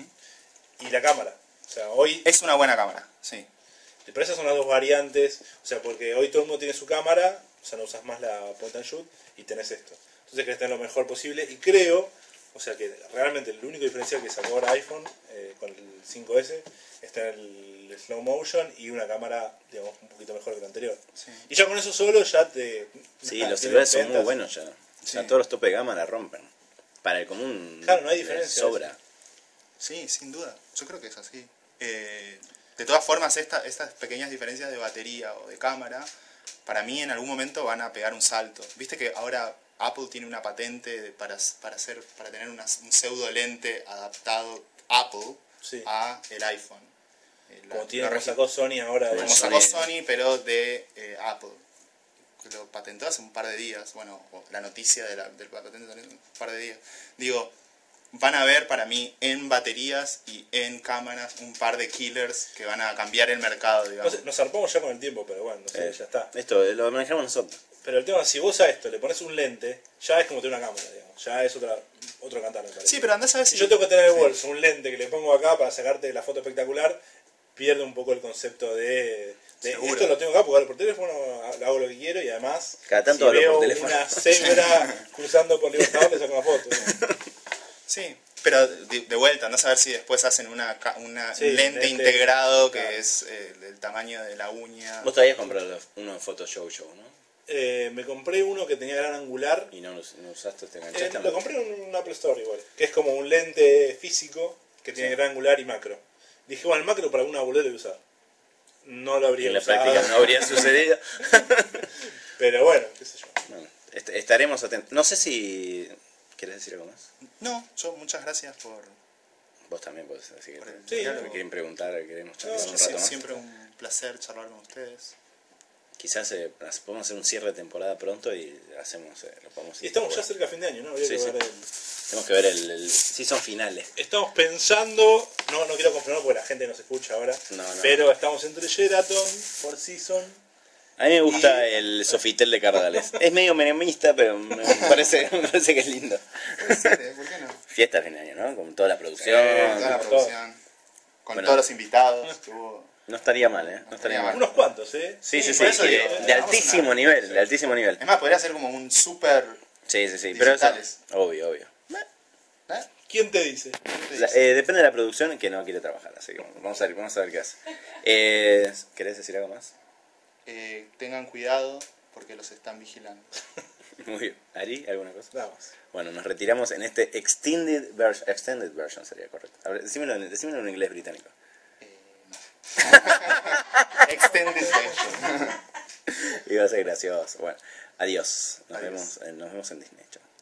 Ujú. y la cámara. O sea, hoy, Es una buena cámara, sí. pero esas son las dos variantes, o sea, porque hoy todo el mundo tiene su cámara, o sea, no usas más la point and shoot, y tenés esto. Entonces querés tener lo mejor posible, y creo, o sea, que realmente el único diferencial que sacó ahora iPhone eh, con el cinco ese está en el slow motion y una cámara, digamos, un poquito mejor que la anterior. Sí. Y ya con eso solo ya te... Sí, nada, los tiene celulares son ventas. muy buenos ya. O sea, Sí. todos los tope de gama la rompen. Para el común Claro, no hay les diferencia, sobra. Sí, sin duda. Yo creo que es así. Eh, de todas formas, esta, estas pequeñas diferencias de batería o de cámara, para mí en algún momento van a pegar un salto. Viste que ahora Apple tiene una patente para, para, hacer, para tener una, un pseudo lente adaptado Apple Sí. a el iPhone. Eh, la- Como tiene, lo como regi- sacó Sony ahora. de- como Sony. sacó Sony, pero de eh, Apple. Que lo patentó hace un par de días. Bueno, o la noticia de la, del patente salió hace un par de días. Digo, van a ver para mí en baterías y en cámaras un par de killers que van a cambiar el mercado, No digamos. sé, nos zarpamos ya con el tiempo, pero bueno, no sé, Eh, ya está. Esto eh, lo manejamos nosotros. Pero el tema, si vos a esto le pones un lente, ya es como tener una cámara, digamos. Ya es otra, otro cantar, me parece. Sí, pero andás a ver Si si... yo tengo que tener en el Sí. bolso un lente que le pongo acá para sacarte la foto espectacular, pierde un poco el concepto de, de Seguro. esto lo tengo acá porque hablo por teléfono, hago lo que quiero y además Cada tanto si hablo veo por teléfono. una cebra cruzando por Libertador le saco una foto. ¿no? Sí, pero de, de vuelta, andás a ver si después hacen una, ca- una Sí, un lente, lente, integrado que claro. es eh, del tamaño de la uña. Vos te habías comprado uno de Photoshop Show, ¿no? Eh, me compré uno que tenía gran angular. Y no, lo- no usaste, te Eh, enganchaste. lo compré en un Apple Store igual, que es como un lente físico que tiene Sí. gran angular y macro. Dije, bueno, el macro para alguna boludez lo voy a usar. No lo Y habría en la usado, práctica no habría sucedido. pero bueno, qué sé yo. Bueno, est- estaremos atentos. No sé si... ¿Querés decir algo más? No, yo muchas gracias por... Vos también podés decir que Por el te- Sí, si no. me quieren preguntar, queremos charlar No, un Sí, rato más. siempre un placer charlar con ustedes. Quizás eh, podemos hacer un cierre de temporada pronto y hacemos... eh, lo podemos Y estamos ya bueno. cerca de fin de año, ¿no? Habría Sí, que sí. ver el- Tenemos que ver el, el season finales. Estamos pensando, no, no quiero confirmar porque la gente nos escucha ahora, No, no. pero estamos entre Sheraton, Four Seasons. A mí me gusta Y- el Sofitel de Cardales. Es medio menemista, pero me parece, me parece que es lindo. Puede ser, ¿eh? ¿Por qué no? Fiesta de fin de año, ¿no? Con toda la producción. Con toda la con producción, con Bueno. todos los invitados. Estuvo... No estaría mal, ¿eh? No estaría mal. Unos cuantos, ¿eh? Sí, sí, sí. por eso y de, digo, de hagamos altísimo una- nivel, de altísimo nivel. Es más, podría ser como un super... Sí, sí, sí. Pero eso, Digitales. obvio, obvio. ¿Eh? ¿Quién te dice? La- eh, depende de la producción que no quiere trabajar, así que vamos a ver, vamos a ver qué hace. Eh, ¿Querés decir algo más? Eh, tengan cuidado porque los están vigilando. Muy bien. ¿Ari, alguna cosa? Nada más. Bueno, nos retiramos en este extended, vers- extended version, sería correcto. A ver, decímelo, en- decímelo en inglés británico. Eh, no. Extended version. Iba a ser gracioso. Bueno, adiós. Nos, Adiós. Vemos, eh, nos vemos en Disney. Chao.